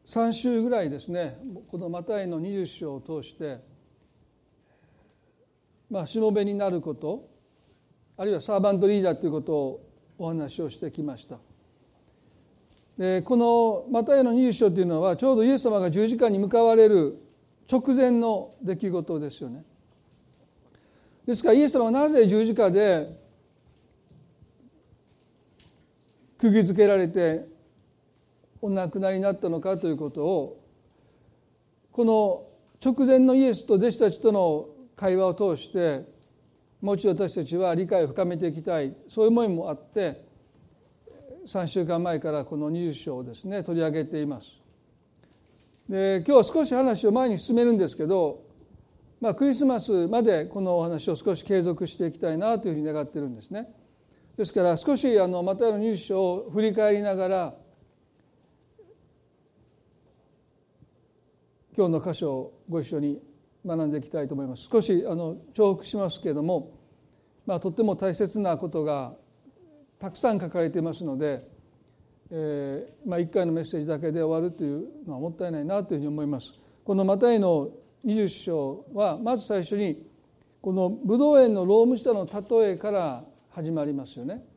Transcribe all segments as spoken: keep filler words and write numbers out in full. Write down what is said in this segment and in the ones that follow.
さん週ぐらいですね、このマタイのにじゅう章を通して、まあ、しもべになること、あるいはサーバントリーダーということをお話をしてきました。でこのマタイのにじゅう章というのはちょうどイエス様が十字架に向かわれる直前の出来事ですよね。ですからイエス様はなぜ十字架で釘付けられてお亡くなりになったのかということを、この直前のイエスと弟子たちとの会話を通してもう一度私たちは理解を深めていきたい、そういう思いもあってさんしゅうかんまえからこのにじゅう章をですね取り上げています。で今日は少し話を前に進めるんですけど、まあ、クリスマスまでこのお話を少し継続していきたいなというふうに願っているんですね。ですから少しあのマタイのにじゅう章を振り返りながら今日の箇所をご一緒に学んでいきたいと思います。少しあの重複しますけれども、まあ、とっても大切なことがたくさん書かれていますので、えーまあ、いっかいのメッセージだけで終わるというのはもったいないなというふうに思います。このマタイのにじゅう章はまず最初にこのブドウ園の労務者の例えから始まりますよね。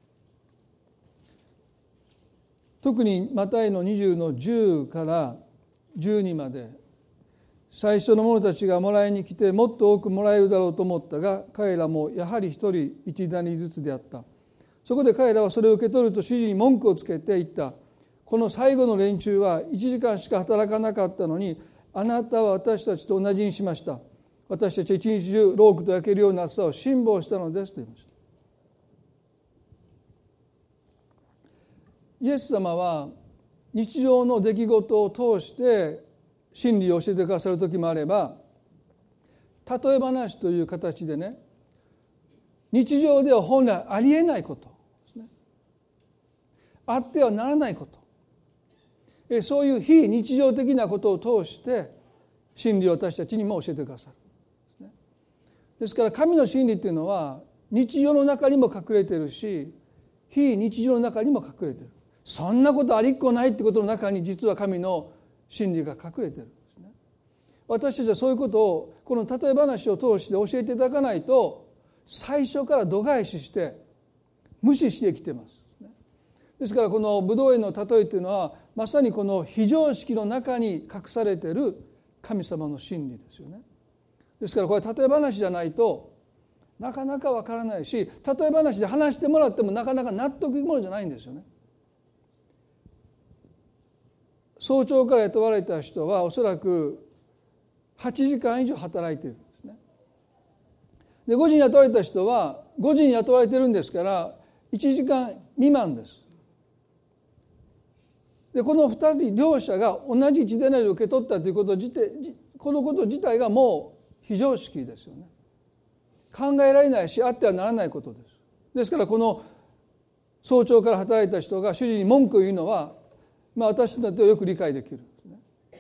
特にマタイのにじゅうのじゅうからじゅうにまで、最初の者たちがもらいに来てもっと多くもらえるだろうと思ったが、彼らもやはり一人一なりずつであった。そこで彼らはそれを受け取ると主人に文句をつけて言った。この最後の連中はいちじかんしか働かなかったのに、あなたは私たちと同じにしました。私たちは一日中ロークと焼けるような暑さを辛抱したのですと言いました。イエス様は日常の出来事を通して真理を教えてくださる時もあれば、例え話という形でね、日常では本来ありえないことですね、あってはならないこと、そういう非日常的なことを通して真理を私たちにも教えてくださる。ですから神の真理というのは日常の中にも隠れているし、非日常の中にも隠れている。そんなことありっこないってことの中に実は神の真理が隠れているんですね。私たちはそういうことをこの例え話を通して教えていただかないと、最初から度外視して無視してきています。ですからこのブドウ園の例えというのはまさにこの非常識の中に隠されている神様の真理ですよね。ですからこれ例え話じゃないとなかなかわからないし、例え話で話してもらってもなかなか納得いくものじゃないんですよね。早朝から雇われた人はおそらくはちじかん以上働いているんですね。でごじに雇われた人はごじに雇われているんですからいちじかん未満です。でこのふたり両者が同じいちデナリを受け取ったということ自体、このこと自体がもう非常識ですよね。考えられないしあってはならないことです。ですからこの早朝から働いた人が主人に文句を言うのは、まあ、私にとってはよく理解できるんですね。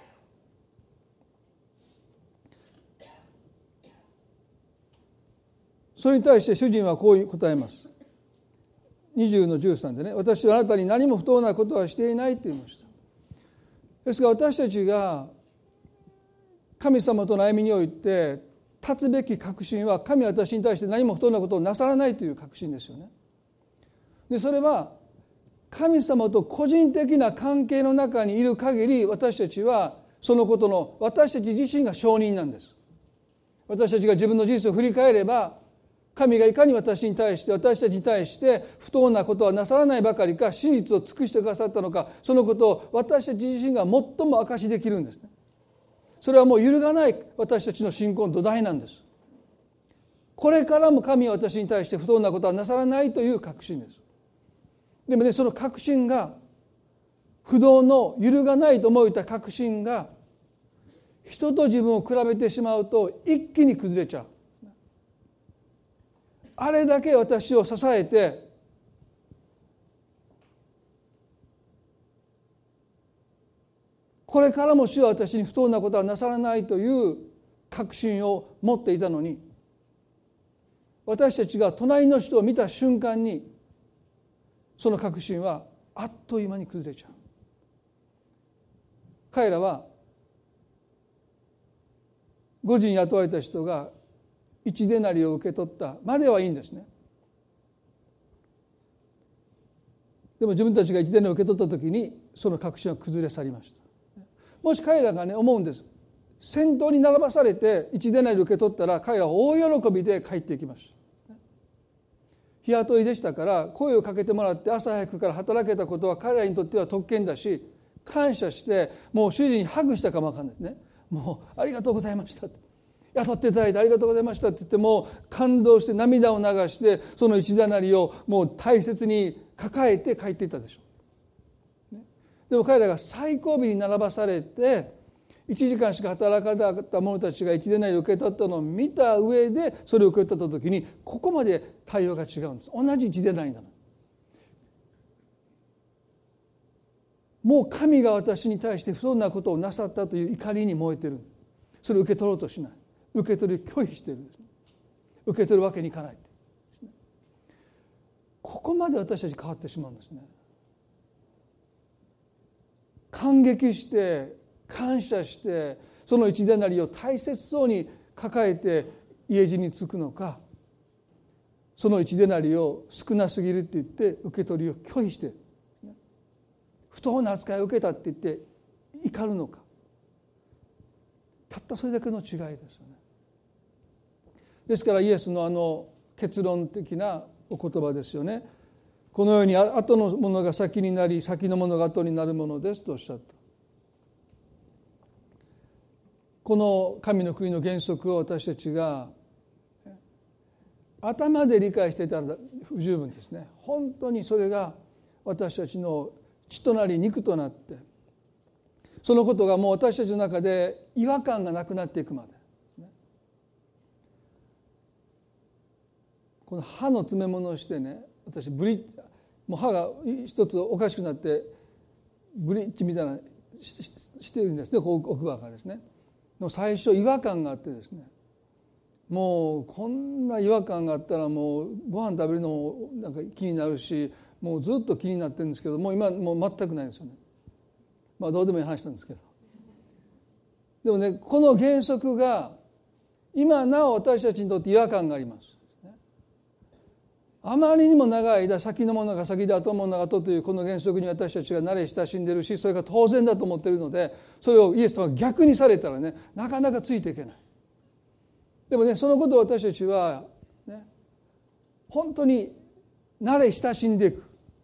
それに対して主人はこう答えます。にじゅうのじゅうさんでね、私はあなたに何も不当なことはしていないと言いました。ですが私たちが神様との歩みにおいて立つべき確信は、神は私に対して何も不当なことをなさらないという確信ですよね。でそれは神様と個人的な関係の中にいる限り、私たちはそのことの私たち自身が証人なんです。私たちが自分の人生を振り返れば、神がいかに私に対して私たちに対して不当なことはなさらないばかりか、真実を尽くしてくださったのか、そのことを私たち自身が最も証しできるんですね。それはもう揺るがない私たちの信仰の土台なんです。これからも神は私に対して不当なことはなさらないという確信です。でもね、その確信が、不動の揺るがないと思えた確信が人と自分を比べてしまうと一気に崩れちゃう。あれだけ私を支えてこれからも主は私に不当なことはなさらないという確信を持っていたのに、私たちが隣の人を見た瞬間にその確信はあっという間に崩れちゃう。 彼らはごじに雇われた人がいちデナリを受け取ったまではいいんですね。でも自分たちがいちデナリを受け取った時にその確信は崩れ去りました。もし彼らがね思うんです、先頭に並ばされていちデナリを受け取ったら彼らは大喜びで帰っていきました。日雇いでしたから声をかけてもらって朝早くから働けたことは彼らにとっては特権だし、感謝してもう主人にハグしたかもわかんないね。もうありがとうございましたって、雇っていただいてありがとうございましたって言っても感動して涙を流してその一デナリをもう大切に抱えて帰っていったでしょう。でも彼らが最後尾に並ばされていちじかんしか働かなかった者たちが一デナリを受け取ったのを見た上でそれを受け取った時にここまで対応が違うんです。同じ一デナリなの。もう神が私に対して不遜なことをなさったという怒りに燃えている。それを受け取ろうとしない。受け取り拒否しているんです。受け取るわけにいかない。ここまで私たち変わってしまうんですね。感激して感謝してその一デナリを大切そうに抱えて家路に着くのか、その一デナリを少なすぎるって言って受け取りを拒否して不当な扱いを受けたって言って怒るのか、たったそれだけの違いですよね。ですからイエスのあの結論的なお言葉ですよね。このように後のものが先になり先のものが後になるものですとおっしゃった。この神の国の原則を私たちが頭で理解していたら不十分ですね。本当にそれが私たちの血となり肉となって、そのことがもう私たちの中で違和感がなくなっていくまで、この歯の詰め物をしてね、私ブリもう歯が一つおかしくなってブリッジみたいな し, し, しているんですね、奥歯がですね。最初違和感があってですね、もうこんな違和感があったらもうご飯食べるのもなんか気になるし、もうずっと気になってるんですけど、もう今もう全くないですよね。まあどうでもいい話なんですけど、でもね、この原則が今なお私たちにとって違和感があります。あまりにも長い間先のものが先で後のものが後というこの原則に私たちが慣れ親しんでいるし、それが当然だと思っているので、それをイエス様が逆にされたらね、なかなかついていけない。でもね、そのことを私たちはね、本当に慣れ親しんでいく。だ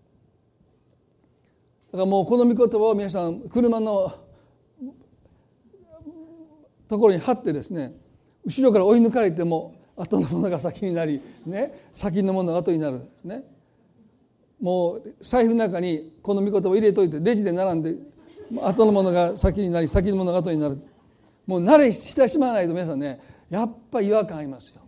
からもうこの御言葉を皆さん車のところに貼ってですね、後ろから追い抜かれても後のものが先になり、ね、先のものが後になる、ね、もう財布の中にこの御言葉を入れといてレジで並んで後のものが先になり先のものが後になる。もう慣れ親しまないと皆さんね、やっぱり違和感ありますよ。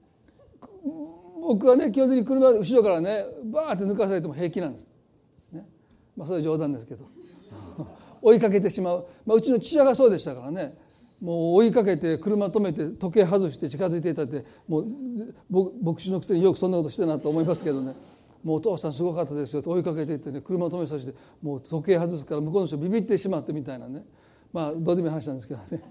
僕はね、基本的に車で後ろからねバーって抜かされても平気なんです、ね、まあそれは冗談ですけど追いかけてしまう、まあ、うちの父親がそうでしたからね、もう追いかけて車止めて時計外して近づいていたって、もう牧師のくせによくそんなことしてるなと思いますけどね、もうお父さんすごかったですよと追いかけていってね、車を止めさせてもう時計外すから向こうの人ビビってしまってみたいなね、まあどうでもいい話なんですけどね。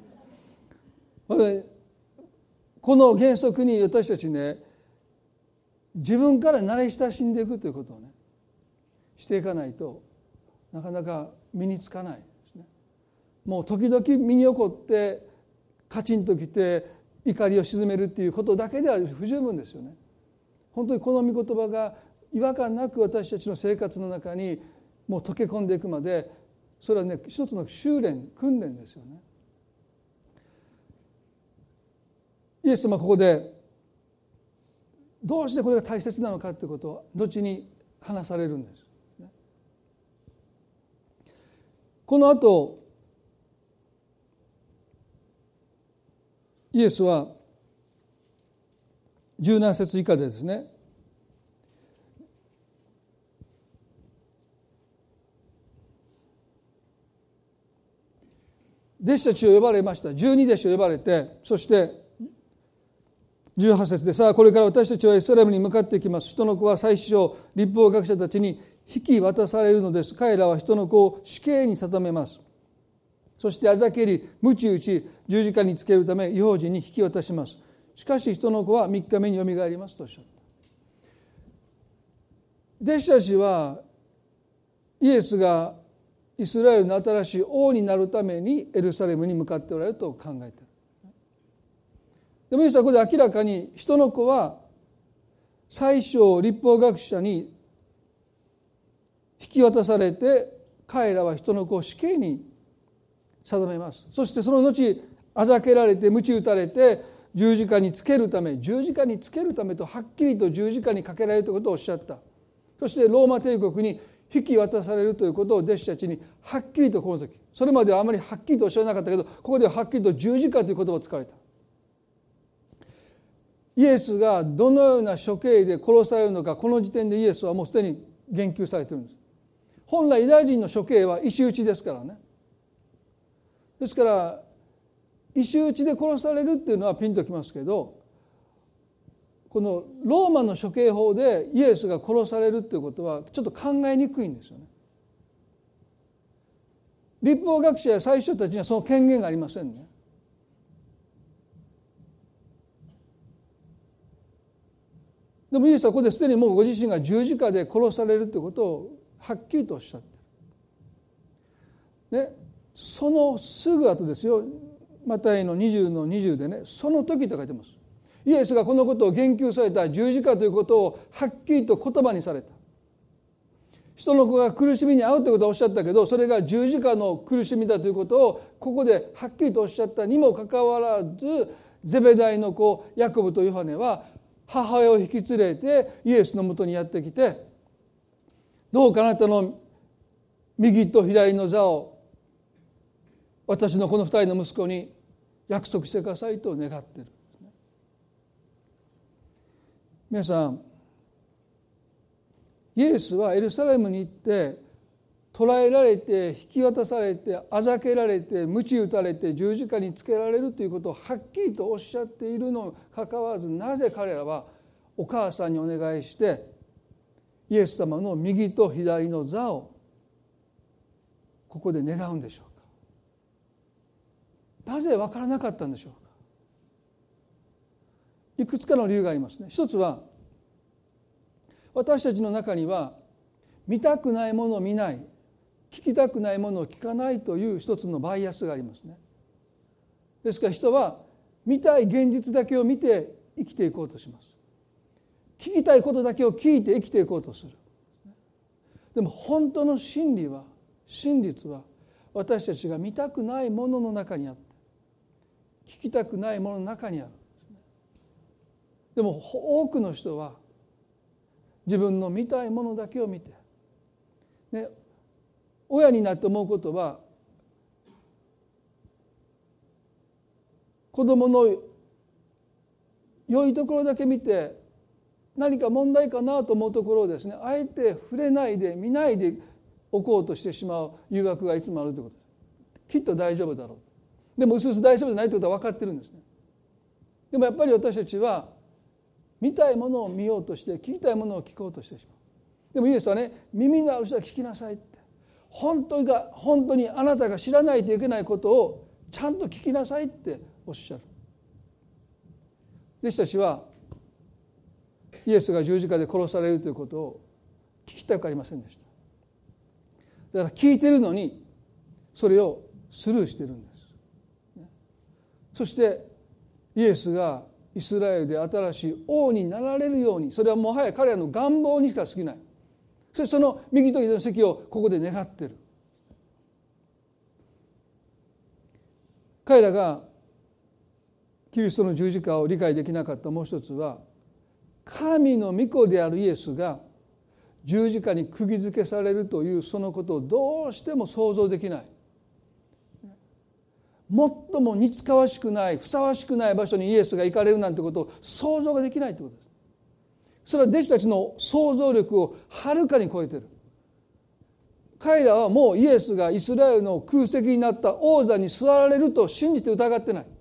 この原則に私たちね、自分から慣れ親しんでいくということをねしていかないとなかなか身につかないですね。もう時々身に起こってカチンときて怒りを鎮めるっていうことだけでは不十分ですよね。本当にこの御言葉が違和感なく私たちの生活の中にもう溶け込んでいくまで、それはね一つの修練訓練ですよね。イエス様はここでどうしてこれが大切なのかということを後に話されるんです。この後イエスはじゅうなな節以下でですね、弟子たちを呼ばれました。十二弟子を呼ばれて、そしてじゅうはち節で、さあこれから私たちはエルサレムに向かっていきます。人の子は祭司長律法学者たちに引き渡されるのです。彼らは人の子を死刑に定めます。 そしてあざけり鞭打ち十字架につけるため異邦人に引き渡します。しかし人の子はみっかめによみがえりますとおっしゃった。弟子たちはイエスがイスラエルの新しい王になるためにエルサレムに向かっておられると考えている。でもイエスはここで明らかに人の子は最小律法学者に引き渡されて、彼らは人の子を死刑に定めます。そしてその後あざけられて鞭打たれて十字架につけるため、十字架につけるためとはっきりと十字架にかけられるということをおっしゃった。そしてローマ帝国に引き渡されるということを弟子たちにはっきりとこの時、それまではあまりはっきりとおっしゃらなかったけど、ここでははっきりと十字架という言葉を使われた。イエスがどのような処刑で殺されるのか、この時点でイエスはもうすでに言及されているんです。本来ユダヤ人の処刑は石打ちですからね。ですから石打ちで殺されるっていうのはピンときますけど、このローマの処刑法でイエスが殺されるっていうことはちょっと考えにくいんですよね。律法学者や祭司長たちにはその権限がありませんね。でもイエスはここですでにもうご自身が十字架で殺されるということをはっきりとおっしゃってる。ね、そのすぐ後ですよ。マタイのにじゅうのにじゅうでね、その時と書いてます。イエスがこのことを言及された十字架ということをはっきりと言葉にされた。人の子が苦しみに遭うということをおっしゃったけど、それが十字架の苦しみだということをここではっきりとおっしゃったにもかかわらず、ゼベダイの子ヤコブとヨハネは母親を引き連れてイエスのもとにやってきて、どうかあなたの右と左の座を私のこの二人の息子に約束してくださいと願っている。皆さん、イエスはエルサレムに行って捕らえられて引き渡されてあざけられて鞭打たれて十字架につけられるということをはっきりとおっしゃっているのにかかわらず、なぜ彼らはお母さんにお願いしてイエス様の右と左の座をここで願うんでしょうか。なぜ分からなかったんでしょうか。いくつかの理由がありますね。一つは、私たちの中には見たくないものを見ない、聞きたくないものを聞かないという一つのバイアスがありますね。ですから人は見たい現実だけを見て生きていこうとします。聞きたいことだけを聞いて生きていこうとする。でも本当の真理は、真実は私たちが見たくないものの中にあって、聞きたくないものの中にある。でも多くの人は自分の見たいものだけを見て、ね、親になって思うことは、子供の良いところだけ見て何か問題かなと思うところをですね、あえて触れないで見ないでおこうとしてしまう誘惑がいつもあるということです。きっと大丈夫だろう。でもうすうす大丈夫じゃないということは分かってるんですね。でもやっぱり私たちは見たいものを見ようとして、聞きたいものを聞こうとしてしまう。でもイエスはね、耳のある人は聞きなさいって、本当が本当にあなたが知らないといけないことをちゃんと聞きなさいっておっしゃる。弟子たちはイエスが十字架で殺されるということを聞きたくありませんでした。だから聞いてるのにそれをスルーしてるんです。そしてイエスがイスラエルで新しい王になられるように、それはもはや彼らの願望にしか過ぎない。そしてその右と左の席をここで願っている。彼らがキリストの十字架を理解できなかったもう一つは、神の御子であるイエスが十字架に釘付けされるというそのことをどうしても想像できない。最も似つかわしくない、ふさわしくない場所にイエスが行かれるなんてことを想像ができないということです。それは弟子たちの想像力をはるかに超えている。彼らはもうイエスがイスラエルの空席になった王座に座られると信じて疑ってない。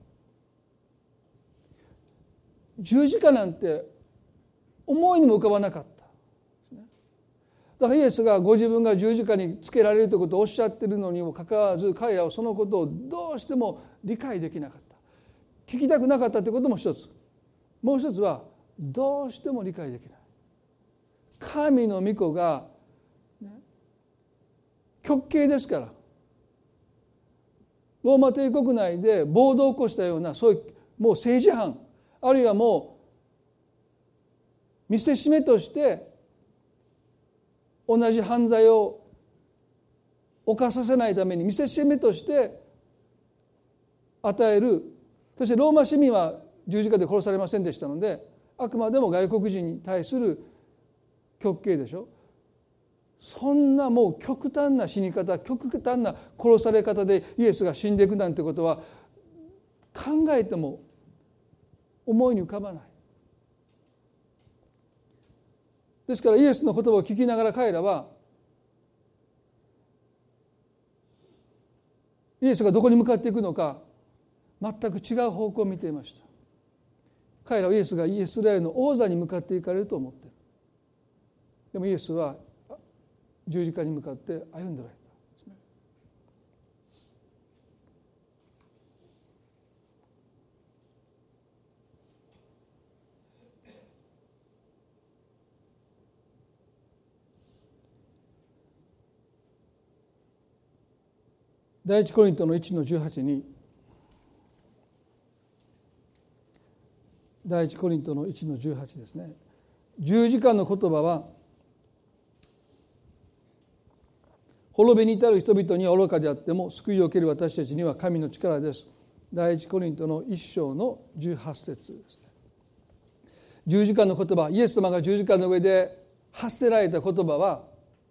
十字架なんて思いにも浮かばなかった。 だからイエスがご自分が十字架につけられるということをおっしゃっているのにもかかわらず、彼らはそのことをどうしても理解できなかった。聞きたくなかったということも一つ。もう一つはどうしても理解できない。神の御子が、ね、極刑ですから、ローマ帝国内で暴動を起こしたようなそういうもう政治犯、あるいはもう見せしめとして同じ犯罪を犯させないために見せしめとして与える。そしてローマ市民は十字架で殺されませんでしたので、あくまでも外国人に対する極刑でしょ。そんなもう極端な死に方、極端な殺され方でイエスが死んでいくなんてことは考えても思いに浮かばない。ですからイエスの言葉を聞きながら彼らはイエスがどこに向かっていくのか全く違う方向を見ていました。彼らはイエスがイスラエルの王座に向かっていかれると思っている。でもイエスは十字架に向かって歩んでおられた。第一コリントのいちのじゅうはちに、第一コリントのいちのじゅうはちですね。十字架の言葉は滅びに至る人々には愚かであっても救いを受ける私たちには神の力です。第一コリントのいっ章のじゅうはち節ですね。十字架の言葉、イエス様が十字架の上で発せられた言葉は、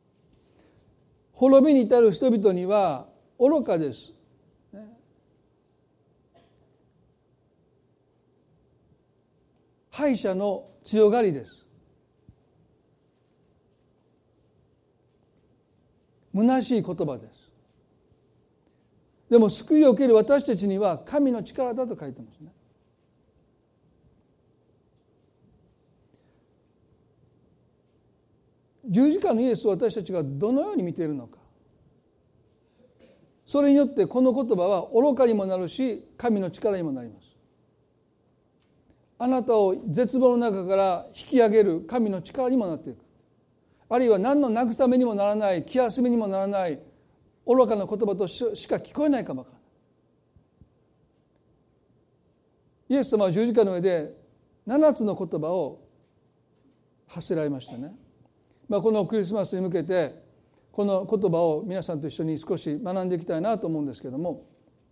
滅びに至る人々には愚かです、ね、敗者の強がりです。虚しい言葉です。でも救いを受ける私たちには神の力だと書いてますね。十字架のイエスを私たちがどのように見ているのか、それによってこの言葉は愚かにもなるし神の力にもなります。あなたを絶望の中から引き上げる神の力にもなっていく。あるいは何の慰めにもならない、気休めにもならない愚かな言葉としか聞こえないかもわからない。イエス様は十字架の上でななつの言葉を発せられましたね。まあ、このクリスマスに向けてこの言葉を皆さんと一緒に少し学んでいきたいなと思うんですけども、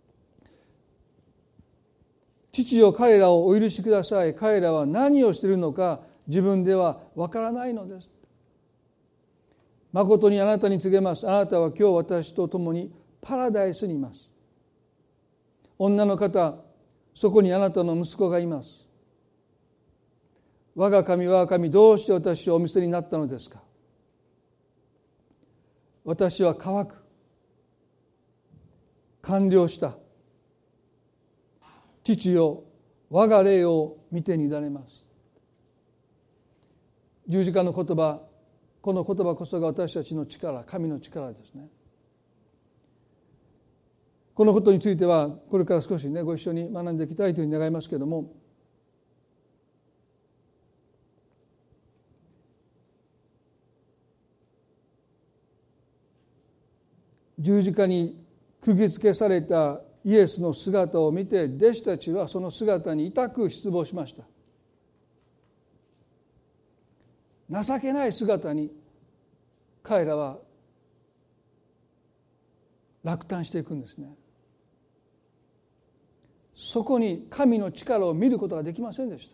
父よ彼らをお許しください。彼らは何をしているのか自分ではわからないのです。誠にあなたに告げます。あなたは今日私と共にパラダイスにいます。女の方、そこにあなたの息子がいます。我が神我が神、どうして私をお見せになったのですか。私は乾く、完了した。父よ、我が霊を見てにだれます。十字架の言葉、この言葉こそが私たちの力、神の力ですね。このことについてはこれから少しねご一緒に学んでいきたいというふうに願いますけれども、十字架に釘付けされたイエスの姿を見て弟子たちはその姿に痛く失望しました。情けない姿に彼らは落胆していくんですね。そこに神の力を見ることができませんでした。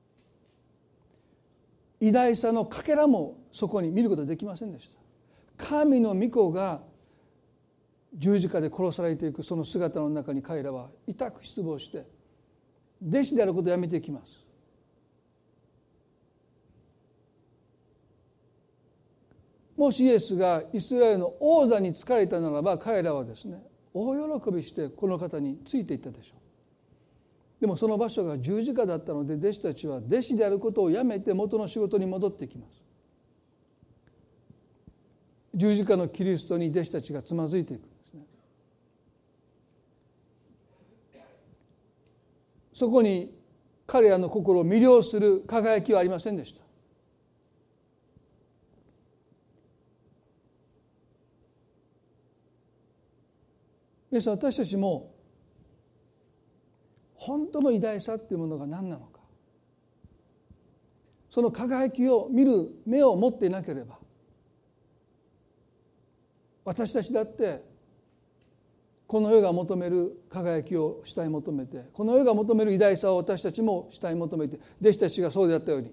偉大さのかけらもそこに見ることができませんでした。神の御子が十字架で殺されていくその姿の中に彼らは痛く失望して弟子であることをやめていきます。もしイエスがイスラエルの王座に仕えたならば彼らはですね大喜びしてこの方についていったでしょう。でもその場所が十字架だったので弟子たちは弟子であることをやめて元の仕事に戻っていきます。 十字架のキリストに弟子たちがつまずいていくんですね。そこに彼らの心を魅了する輝きはありませんでした。皆さん、私たちも本当の偉大さっていうものが何なのか、その輝きを見る目を持っていなければ、私たちだってこの世が求める輝きを主体求めて、この世が求める偉大さを私たちも主体求めて、弟子たちがそうであったように、だ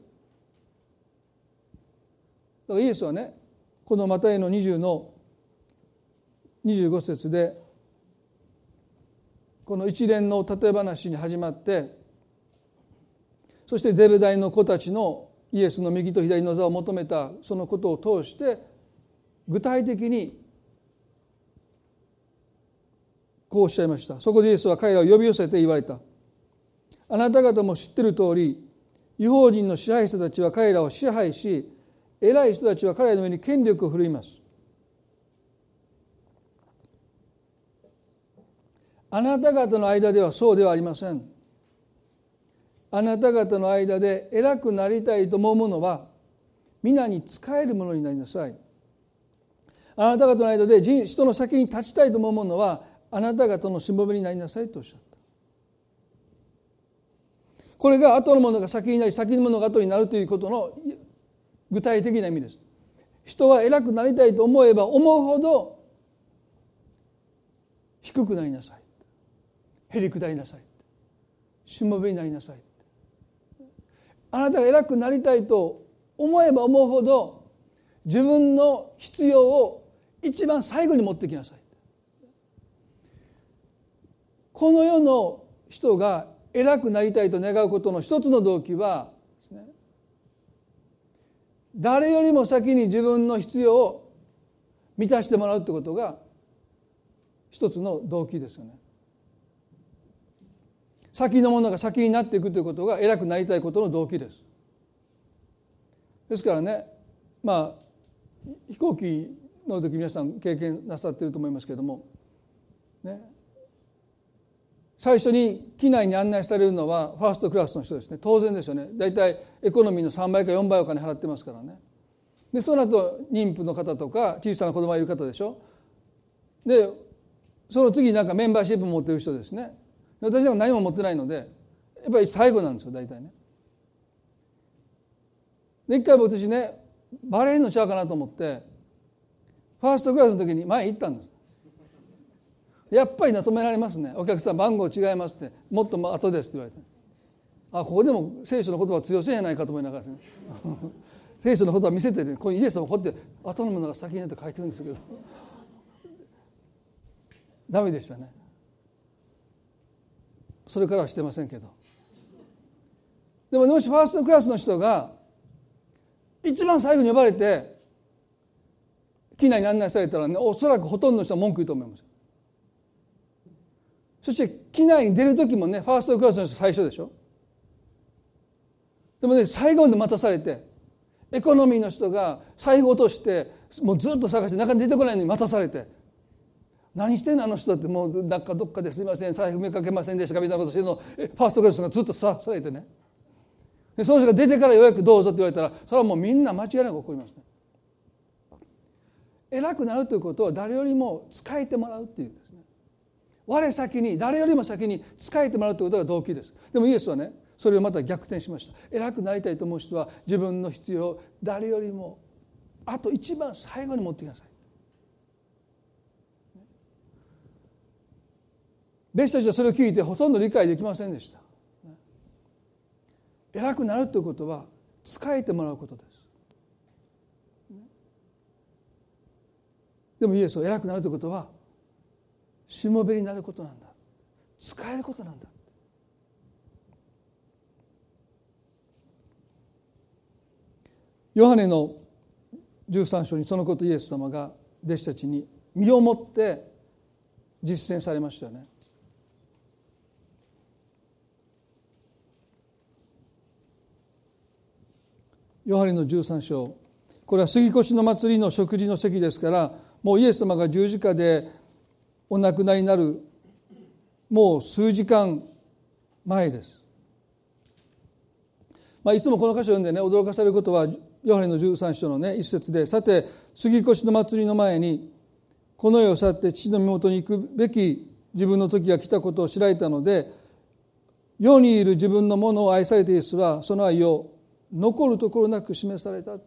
からイエスはね、このマタイのにじゅうのにじゅうご節で、この一連の例え話に始まって、そしてゼベダイの子たちのイエスの右と左の座を求めたそのことを通して、具体的にこうおっしゃいました。そこでイエスは彼らを呼び寄せて言われた。あなた方も知っている通り、異邦人の支配者たちは彼らを支配し、偉い人たちは彼らの上に権力を振るいます。あなた方の間ではそうではありません。あなた方の間で偉くなりたいと思う者は皆に仕えるものになりなさい。あなた方の間で人の先に立ちたいと思う者はあなた方のしもべになりなさいとおっしゃった。これが後のものが先になり先のものが後になるということの具体的な意味です。人は偉くなりたいと思えば思うほど低くなりなさい、へりくだりなさい、しもべになりなさい。あなたが偉くなりたいと思えば思うほど自分の必要を一番最後に持ってきなさい。この世の人が偉くなりたいと願うことの一つの動機はですね、誰よりも先に自分の必要を満たしてもらうということが一つの動機ですよね。先のものが先になっていくということが偉くなりたいことの動機です。ですからね、まあ飛行機の時皆さん経験なさっていると思いますけれども、ね、最初に機内に案内されるのはファーストクラスの人ですね。当然ですよね。だいたいエコノミーのさんばいかよんばいお金払ってますからね。でその後妊婦の方とか小さな子供がいる方でしょ。でその次なんかメンバーシップ持ってる人ですね。私なんか何も持ってないのでやっぱり最後なんですよ大体ね。で一回私ねバレへんのちゃうかなと思ってファーストクラスの時に前行ったんです。やっぱりな止められますね。お客さん番号違いますって、もっと後ですって言われて、あここでも聖書の言葉通用せんやないかと思いながら、ね、聖書の言葉見せて、ね、ここにイエス様こうやって後のものが先になって書いてるんですけどダメでしたね。それからはしてませんけど、でももしファーストクラスの人が一番最後に呼ばれて機内に案内されたらね、おそらくほとんどの人は文句言うと思います。そして機内に出る時もねファーストクラスの人最初でしょ。でもね最後まで待たされて、エコノミーの人が財布落としてもうずっと探して中に出てこないのに待たされて、何してんのあの人だって、もうなんかどっかですいません財布めかけませんでしたかみたいなことしてるのをファーストクラスがずっとさされてね、でその人が出てからようやくどうぞって言われたら、それはもうみんな間違いなく起こりますね。偉くなるということは誰よりも仕えてもらうっていうんですね。我先に誰よりも先に仕えてもらうということが動機です。でもイエスはねそれをまた逆転しました。偉くなりたいと思う人は自分の必要を誰よりもあと一番最後に持ってきなさい。弟子たちはそれを聞いてほとんど理解できませんでした。偉くなるということは仕えてもらうことです。でもイエスは偉くなるということはしもべになることなんだ、使えることなんだ。ヨハネのじゅうさん章にそのことイエス様が弟子たちに身をもって実践されましたよね。ヨハネのじゅうさん章これは杉越の祭りの食事の席ですから、もうイエス様が十字架でお亡くなりになるもう数時間前です。まあ、いつもこの箇所を読んでね驚かされることは、ヨハネのじゅうさん章のね一節で、さて杉越の祭りの前にこの世を去って父の身元に行くべき自分の時が来たことを知られたので、世にいる自分のものを愛されてイエスはその愛を残るところなく示された、ね、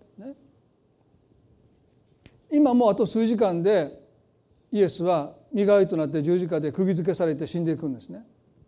今もうあと数時間でイエスは身代わりとなって十字架で釘付けされて死んでいくんですね。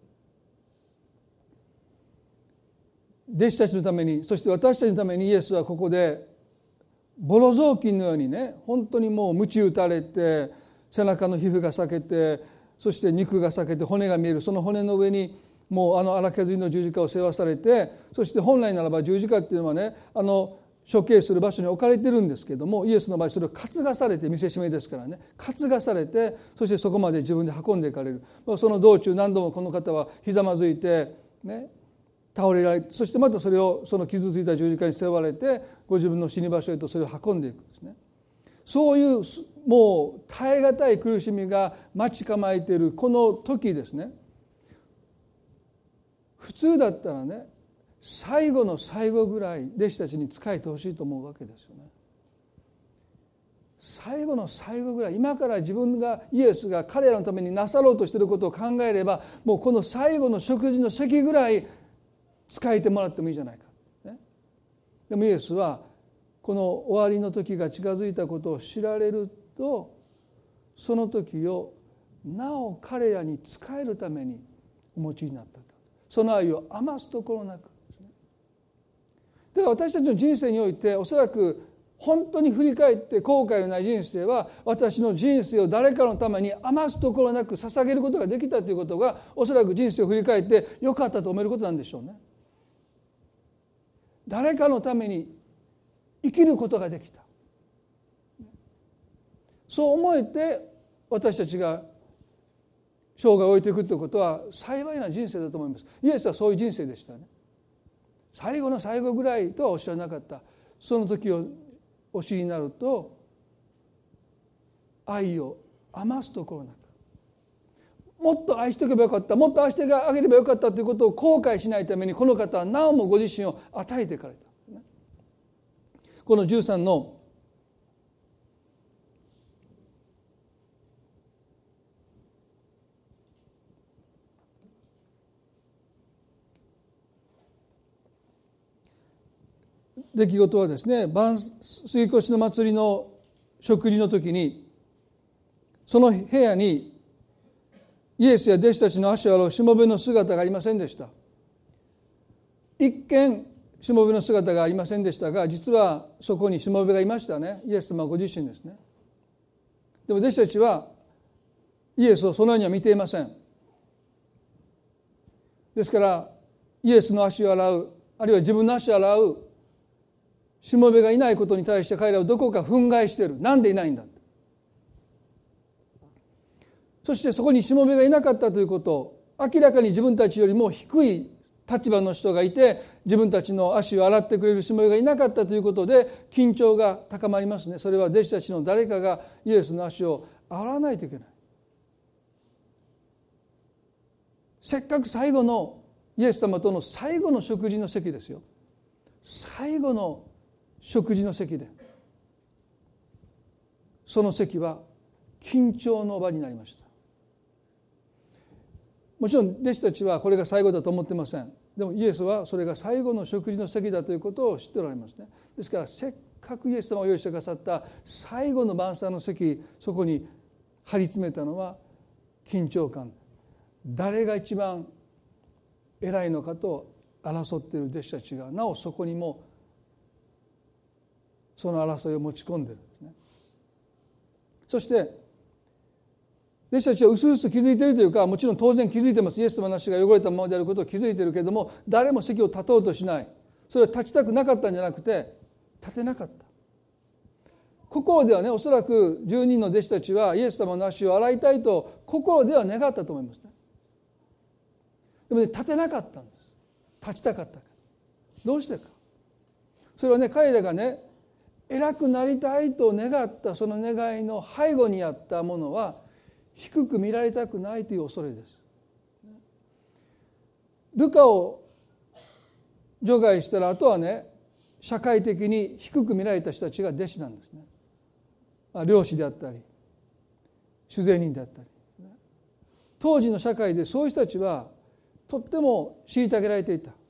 弟子たちのために、そして私たちのためにイエスはここでボロ雑巾のようにね、本当にもう鞭打たれて、背中の皮膚が裂けて、そして肉が裂けて骨が見える、その骨の上にもうあの荒削りの十字架を背負わされて、そして本来ならば十字架っていうのはね、あの処刑する場所に置かれてるんですけども、イエスの場合それを担がされて、見せしめですからね、担がされて、そしてそこまで自分で運んでいかれる。その道中何度もこの方はひざまずいてね、倒れられて、そしてまたそれをその傷ついた十字架に背負われて、ご自分の死に場所へとそれを運んでいくんですね。そういうもう耐え難い苦しみが待ち構えているこの時ですね、普通だったらね、最後の最後ぐらい弟子たちに仕えてほしいと思うわけですよね。最後の最後ぐらい、今から自分がイエスが彼らのためになさろうとしていることを考えれば、もうこの最後の食事の席ぐらい仕えてもらってもいいじゃないか、ね、でもイエスはこの終わりの時が近づいたことを知られると、その時をなお彼らに仕えるためにお持ちになったと。その愛を余すところなくですね。では私たちの人生において、おそらく本当に振り返って後悔のない人生は、私の人生を誰かのために余すところなく捧げることができたということが、おそらく人生を振り返ってよかったと思えることなんでしょうね。誰かのために生きることができた、そう思えて私たちが生涯を終えていくということは幸いな人生だと思います。イエスはそういう人生でしたね。最後の最後ぐらいとはおっしゃらなかった。その時をお知りになると、愛を余すところなく、もっと愛しておけばよかった、もっと愛してあげればよかったということを後悔しないために、この方はなおもご自身を与えていかれた。このじゅうさんの出来事はですね、晩杉越の祭りの食事の時に、その部屋にイエスや弟子たちの足を洗うしもべの姿がありませんでした。一見しもべの姿がありませんでしたが、実はそこにしもべがいましたね。イエス様ご自身ですね。でも弟子たちはイエスをそのようには見ていません。ですからイエスの足を洗う、あるいは自分の足を洗うしもべがいないことに対して、彼らはどこか憤慨している。なんでいないんだ。そしてそこにしもべがいなかったということを、明らかに自分たちよりも低い立場の人がいて、自分たちの足を洗ってくれるしもべがいなかったということで緊張が高まりますね。それは弟子たちの誰かがイエスの足を洗わないといけない。せっかく最後のイエス様との最後の食事の席ですよ。最後の食事の席で、その席は緊張の場になりました。もちろん弟子たちはこれが最後だと思ってません。でもイエスはそれが最後の食事の席だということを知っておられますね。ですからせっかくイエス様を用意してくださった最後の晩餐の席、そこに張り詰めたのは緊張感。誰が一番偉いのかと争っている弟子たちが、なおそこにもその争いを持ち込んでいるんですね。そして弟子たちはうすうす気づいているというか、もちろん当然気づいてます。イエス様の足が汚れたままであることを気づいているけれども、誰も席を立とうとしない。それは立ちたくなかったんじゃなくて、立てなかった。心ではね、おそらくじゅうにんの弟子たちはイエス様の足を洗いたいと心では願ったと思いますね。でもね、立てなかったんです。立ちたかったから。どうしてか。それはね、彼らがね、 偉くなりたいと願ったその願いの背後にあったものは低く見られたくないという恐れです。ルカを除外したらあとはね、社会的に低く見られた人たちが弟子なんですね。漁師であったり酒税人であったり、当時の社会でそういう人たちはとっても虐げられていた。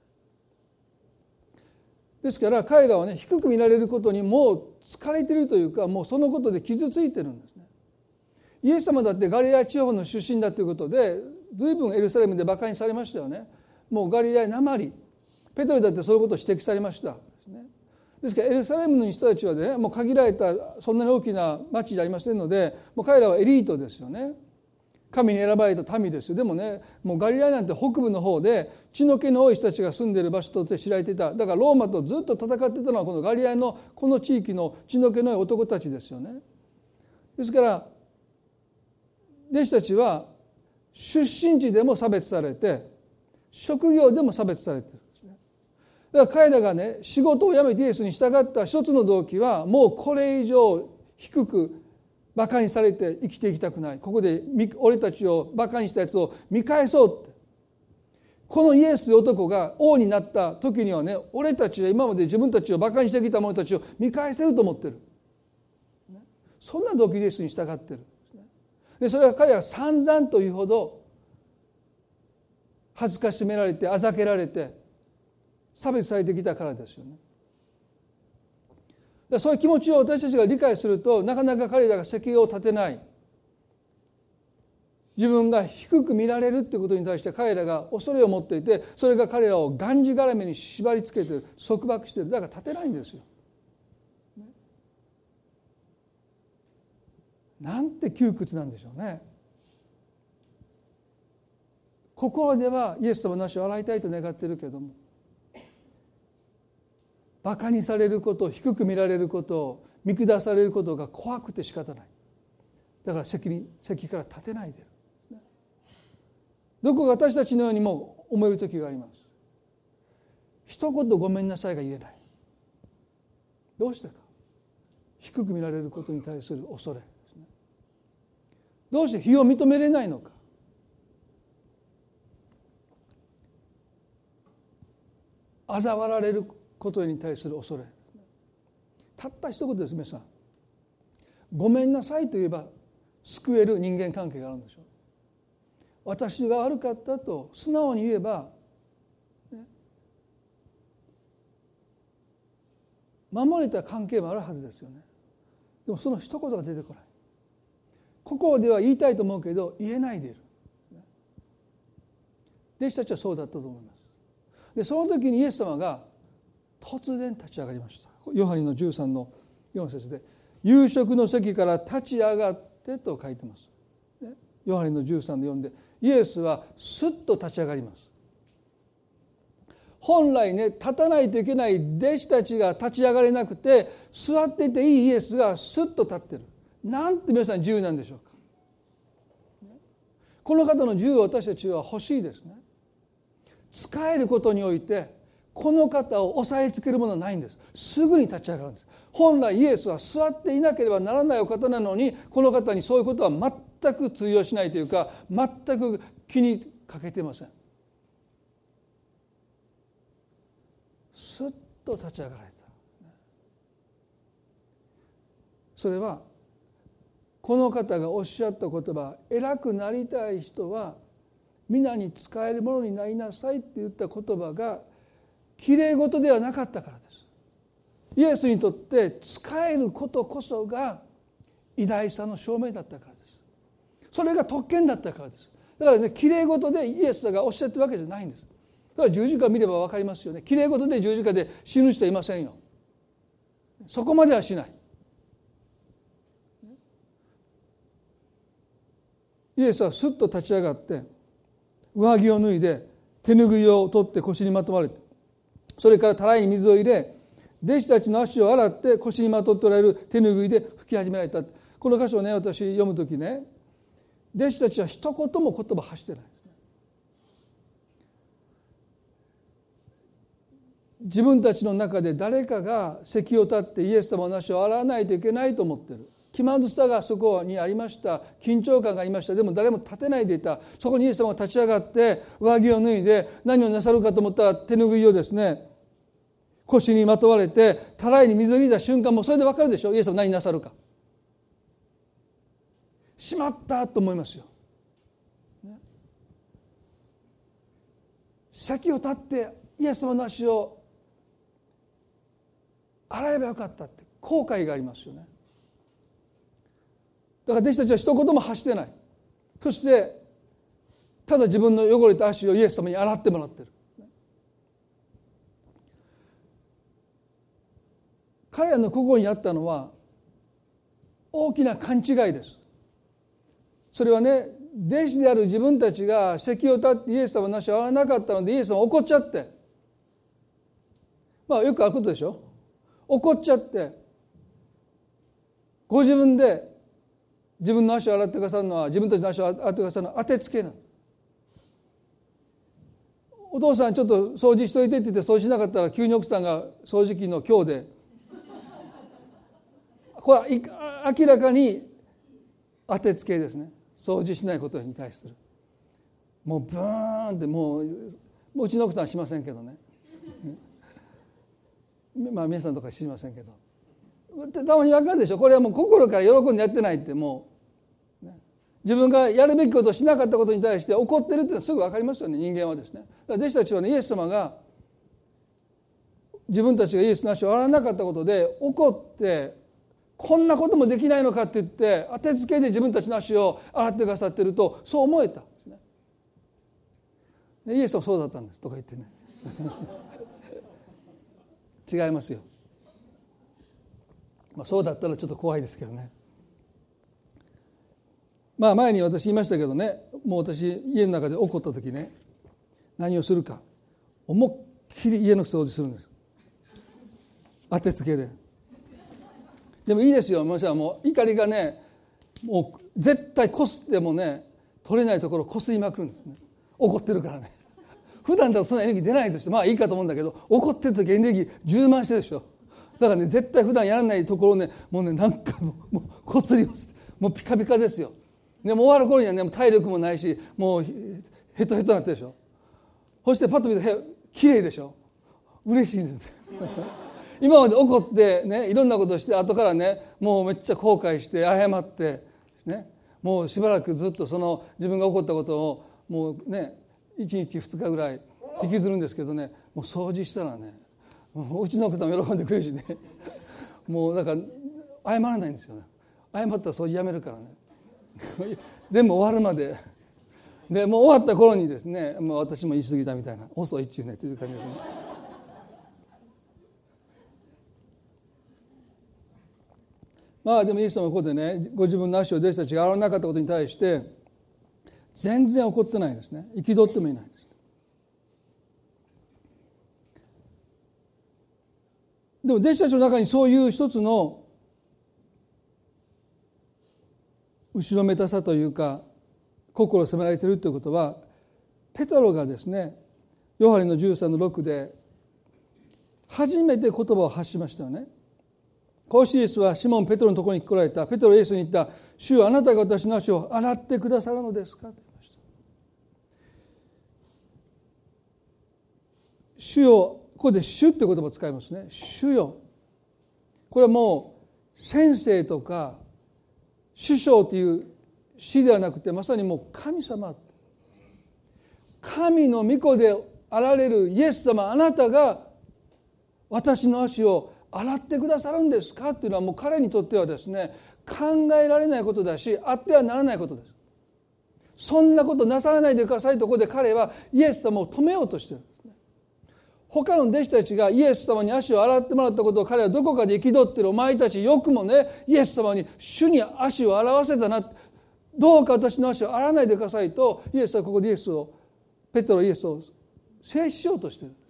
ですから彼らはね、低く見られることにもう疲れているというか、もうそのことで傷ついてるんですね。イエス様だってガリラヤ地方の出身だということで随分エルサレムで馬鹿にされましたよね。もうガリラヤなまり、ペトロだってそういうことを指摘されました。ですからエルサレムの人たちはね、もう限られたそんなに大きな町じゃありませんので、もう彼らはエリートですよね。神に選ばれた民ですよ。でもね、もうガリラヤなんて北部の方で血の気の多い人たちが住んでいる場所として知られていた。だからローマとずっと戦っていたのはこのガリラヤのこの地域の血の気の多い男たちですよね。ですから弟子たちは出身地でも差別されて、職業でも差別されているんですね。だから彼らがね、仕事を辞めてイエスに従った一つの動機は、もうこれ以上低く馬鹿にされて生きていきたくない。ここで俺たちを馬鹿にしたやつを見返そうって。このイエスという男が王になった時にはね、俺たちは今まで自分たちを馬鹿にしてきた者たちを見返せると思ってる。そんな動機でイエスに従ってる。でそれは彼は散々というほど恥ずかしめられてあざけられて差別されてきたからですよね。そういう気持ちを私たちが理解すると、なかなか彼らが責を立てない、自分が低く見られるということに対して彼らが恐れを持っていて、それが彼らをがんじがらめに縛り付けている、束縛している。だから立てないんですよ。なんて窮屈なんでしょうね。心ではイエス様の足を洗いたいと願っているけれども、馬鹿にされること、低く見られること、見下されることが怖くて仕方ない。だから席に席から立てないでいる。どこか私たちのようにも思える時があります。一言ごめんなさいが言えない。どうしてか。低く見られることに対する恐れですね。どうして非を認めれないのか。嘲笑われることに対する恐れ。たった一言です。皆さん、ごめんなさいと言えば救える人間関係があるんでしょう。私が悪かったと素直に言えば、ね、守れた関係もあるはずですよね。でもその一言が出てこない。心では言いたいと思うけど言えないでいる。弟子たちはそうだったと思います。でその時にイエス様が突然立ち上がりました。ヨハネのじゅうさんのよん節で、夕食の席から立ち上がってと書いてます。ヨハネのじゅうさんのよんで、イエスはスッと立ち上がります。本来ね、立たないといけない弟子たちが立ち上がれなくて、座っていていいイエスがスッと立ってる。なんて皆さん自由なんでしょうか。この方の自由を私たちは欲しいですね。使えることにおいてこの方を押さえつけるものはないんです。すぐに立ち上がるんです。本来イエスは座っていなければならないお方なのに、この方にそういうことは全く通用しないというか、全く気にかけていません。スッと立ち上がられた。それはこの方がおっしゃった言葉、偉くなりたい人は皆に仕えるものになりなさいって言った言葉がきれい事ではなかったからです。イエスにとって仕えることこそが偉大さの証明だったからです。それが特権だったからです。だからね、きれい事でイエスがおっしゃってるわけじゃないんです。だから十字架を見れば分かりますよね。きれい事で十字架で死ぬ人はいませんよ。そこまではしない。イエスはスッと立ち上がって上着を脱いで手ぬぐいを取って腰にまとわれて、それからたらいに水を入れ、弟子たちの足を洗って腰にまとっておられる手ぬぐいで拭き始められた。この箇所をね、私読むときね、弟子たちは一言も言葉発してないですね。 自分たちの中で誰かが席を立ってイエス様の足を洗わないといけないと思っている。気まずさがそこにありました。緊張感がありました。でも誰も立てないでいた。そこにイエス様が立ち上がって上着を脱いで何をなさるかと思ったら手ぬぐいをですね腰にまとわれてたらいに水を入れた瞬間もそれで分かるでしょ。イエス様何なさるか。しまったと思いますよ。席を立ってイエス様の足を洗えばよかったって後悔がありますよね。だから弟子たちは一言も発してない。そしてただ自分の汚れた足をイエス様に洗ってもらっている。彼らの心にあったのは大きな勘違いです。それはね、弟子である自分たちが席を立ってイエス様の足を洗わなかったのでイエス様は怒っちゃって、まあよくあることでしょ。怒っちゃってご自分で自分の足を洗ってくださるのは、自分たちの足を洗ってくださるのは当てつけなの。お父さんちょっと掃除しといてって言って掃除しなかったら急に奥さんが掃除機の強でこれは明らかに当てつけですね。掃除しないことに対するもうブーンってもううちの奥さんはしませんけどねまあ皆さんとか知りませんけどたまに分かるでしょ。これはもう心から喜んでやってないってもう、ね、自分がやるべきことをしなかったことに対して怒ってるっていうのはすぐ分かりますよね。人間はですね。だから弟子たちはねイエス様が自分たちがイエスの足を洗わなかったことで怒ってこんなこともできないのかって言って当てつけで自分たちの足を洗ってくださっているとそう思えたんですね。でイエスはそうだったんですとか言ってね違いますよ。まあ、そうだったらちょっと怖いですけどね。まあ前に私言いましたけどね、もう私家の中で怒った時ね何をするか思いっきり家の掃除するんです。当てつけで。でもいいですよ。もしもう怒りがねもう絶対こすってもね取れないところこすりまくるんですね。怒ってるからね。普段だとそんなエネルギー出ないですよ。まあいいかと思うんだけど怒ってる時エネルギー充満してるでしょ。だからね絶対普段やらないところをねもうね何回ももうこすります。もうピカピカですよ。でも終わる頃にはねもう体力もないしもうヘトヘトになってるでしょ。そしてパッと見て綺麗でしょ。嬉しいんです今まで怒ってねいろんなことをして後からねもうめっちゃ後悔して謝ってねもうしばらくずっとその自分が怒ったことをもうねいちにちふつかぐらい引きずるんですけどねもう掃除したらねうちの奥さんも喜んでくれるしねもうだから謝らないんですよね。謝ったら掃除やめるからね全部終わるまででもう終わった頃にですねもう私も言い過ぎたみたいな遅いっちゅうねっていう感じですね。まあでもイエス様はここでねご自分の足を弟子たちが洗わなかったことに対して全然怒ってないですね。憤ってもいないです。でも弟子たちの中にそういう一つの後ろめたさというか心を責められているということはペトロがですねヨハネのじゅうさんのろくで初めて言葉を発しましたよね。こうしてイエスはシモンペトロのところに来られた。ペトロイエスに言った。主よあなたが私の足を洗ってくださるのですかと言いました。主よここで主って言葉を使いますね。主よこれはもう先生とか首相という死ではなくてまさにもう神様神の御子であられるイエス様あなたが私の足を洗ってくださるんですかっていうのはもう彼にとってはですね考えられないことだしあってはならないことです。そんなことなさらないでくださいとここで彼はイエス様を止めようとしているんですね。他の弟子たちがイエス様に足を洗ってもらったことを彼はどこかで憤っている。お前たちよくもねイエス様に主に足を洗わせたなどうか私の足を洗わないでくださいとイエスはここでイエスをペテロイエスを制止しようとしている。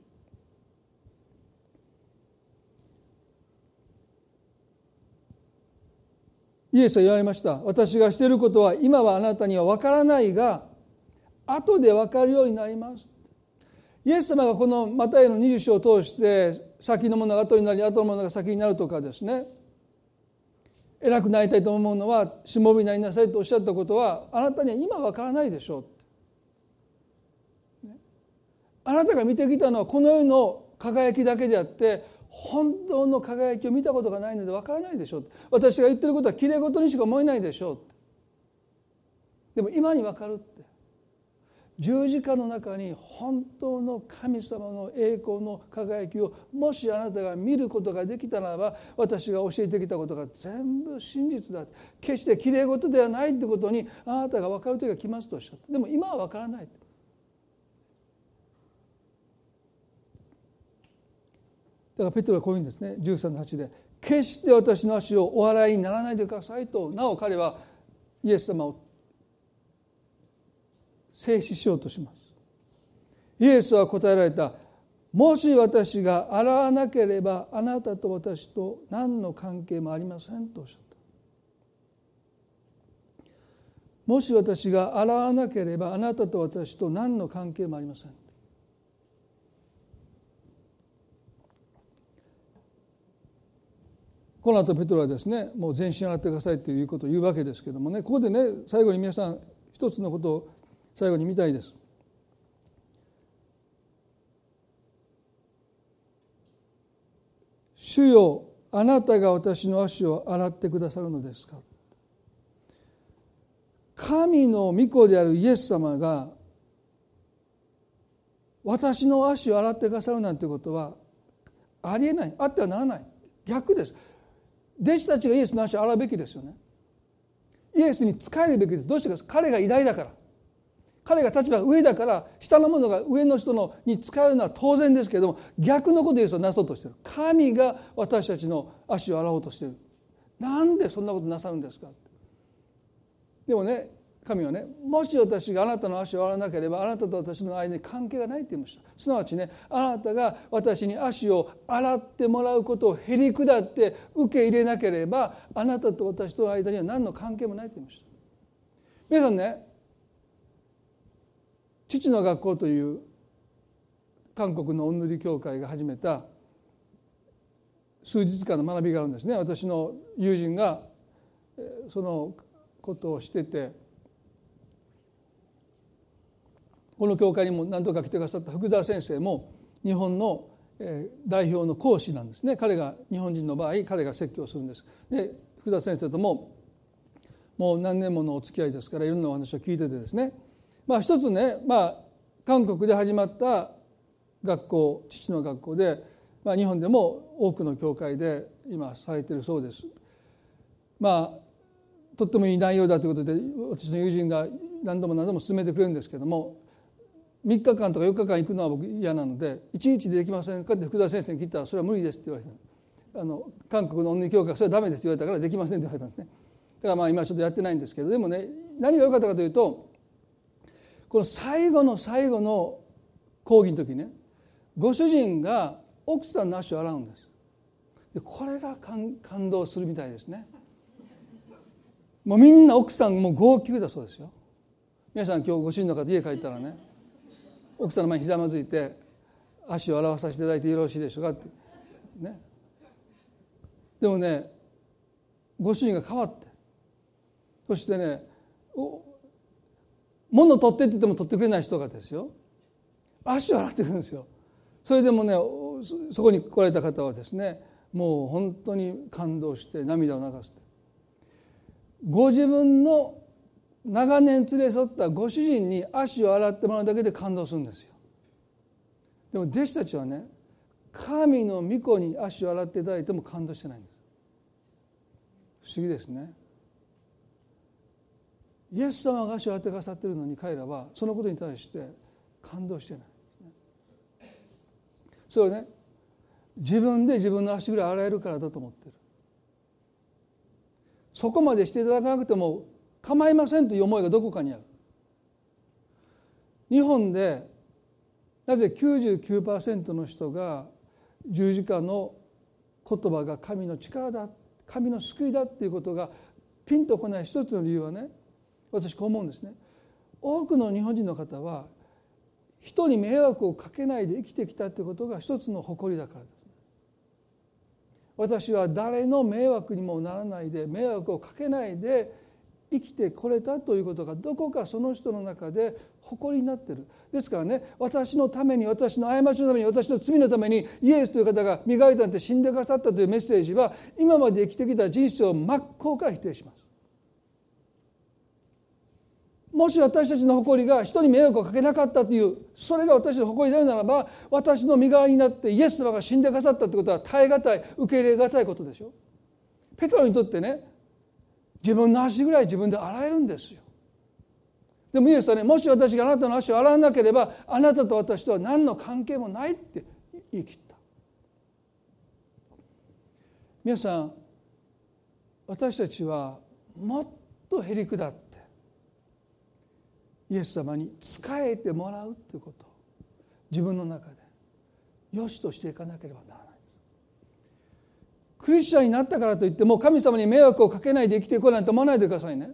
イエスは言われました。私がしていることは今はあなたには分からないが後で分かるようになります。 イエス様がこのマタイのにじゅう章を通して先のものが後になり後のものが先になるとかですね、偉くなりたいと思うのはしもべになりなさいとおっしゃったことはあなたには今わからないでしょう。あなたが見てきたのはこの世の輝きだけであって本当の輝きを見たことがないのでわからないでしょう。私が言ってることはきれい事にしか思えないでしょう。でも今にわかるって、十字架の中に本当の神様の栄光の輝きをもしあなたが見ることができたならば、私が教えてきたことが全部真実だ、決してきれい事ではないということにあなたが分かる時が来ますとおっしゃった。でも今は分からない。だからペテロはこういうんですね、じゅうさんのはちで、決して私の足をお洗いにならないでくださいと、なお彼はイエス様を制止しようとします。イエスは答えられた。もし私が洗わなければあなたと私と何の関係もありませんとおっしゃった。もし私が洗わなければあなたと私と何の関係もありません。この後ペトロはですね、もう全身洗ってくださいということを言うわけですけどもね、ここでね、最後に皆さん一つのことを最後に見たいです。主よ、あなたが私の足を洗ってくださるのですか。神の御子であるイエス様が私の足を洗ってくださるなんてことはありえない、あってはならない。逆です。弟子たちがイエスの足を洗うべきですよね。イエスに仕えるべきです。どうしてか、彼が偉大だから、彼が立場が上だから下の者が上の人のに仕えるのは当然ですけれども、逆のことをイエスはなそうとしている。神が私たちの足を洗おうとしている。なんでそんなことなさるんですか。でもね、神はね、もし私があなたの足を洗わなければあなたと私の間に関係がないと言いました。すなわちね、あなたが私に足を洗ってもらうことをへり下って受け入れなければあなたと私との間には何の関係もないと言いました。皆さんね、父の学校という韓国のおんぬり教会が始めた数日間の学びがあるんですね。私の友人がそのことをしてて、この教会にも何度か来てくださった福澤先生も日本の代表の講師なんですね。彼が日本人の場合彼が説教するんです。で、福澤先生とももう何年ものお付き合いですから、いろんなお話を聞いててですね、まあ一つね、まあ韓国で始まった学校、父の学校で、まあ、日本でも多くの教会で今されているそうです。まあとってもいい内容だということで私の友人が何度も何度も勧めてくれるんですけども、みっかかんとかよっかかん行くのは僕嫌なので、いちにちでできませんかって福田先生に聞いたら、それは無理ですって言われた。あの韓国のおんぬり教会がそれはダメですって言われたからできませんって言われたんですね。だからまあ今ちょっとやってないんですけど、でもね、何が良かったかというと、この最後の最後の講義の時ね、ご主人が奥さんの足を洗うんです。でこれが感、感動するみたいですね。もうみんな奥さんもう号泣だそうですよ。皆さん今日ご主人の方家帰ったらね、奥さんの前にひざまずいて足を洗わさせていただいてよろしいでしょうかってね。でもね、ご主人が変わって、そしてね、物取ってって言っても取ってくれない人がですよ、足を洗ってくるんですよ。それでもね、そこに来られた方はですね、もう本当に感動して涙を流して、ご自分の長年連れ添ったご主人に足を洗ってもらうだけで感動するんですよ。でも弟子たちはね、神の御子に足を洗っていただいても感動してないんです。不思議ですね。イエス様が足を洗ってくださっているのに、彼らはそのことに対して感動してない。それはね、自分で自分の足ぐらい洗えるからだと思っている。そこまでしていただかなくても構いませんという思いがどこかにある。日本でなぜ きゅうじゅうきゅうパーセント の人が十字架の言葉が神の力だ、神の救いだっていうことがピンとこない一つの理由はね、私こう思うんですね。多くの日本人の方は人に迷惑をかけないで生きてきたということが一つの誇りだからです。私は誰の迷惑にもならないで、迷惑をかけないで生きてこれたということがどこかその人の中で誇りになっている。ですからね、私のために、私の過ちのために、私の罪のためにイエスという方が身代わりとなって死んでくださったというメッセージは、今まで生きてきた人生を真っ向から否定します。もし私たちの誇りが人に迷惑をかけなかったという、それが私の誇りであるならば、私の身代わりになってイエス様が死んでくださったということは耐え難い、受け入れ難いことでしょ。ペテロにとってね、自分の足ぐらい自分で洗えるんですよ。でもイエスはね、もし私があなたの足を洗わなければ、あなたと私とは何の関係もないって言い切った。皆さん、私たちはもっとへり下ってイエス様に仕えてもらうということを自分の中で良しとしていかなければならない。クリスチャンになったからといってもう神様に迷惑をかけないで生きていこうなんて思わないでくださいね。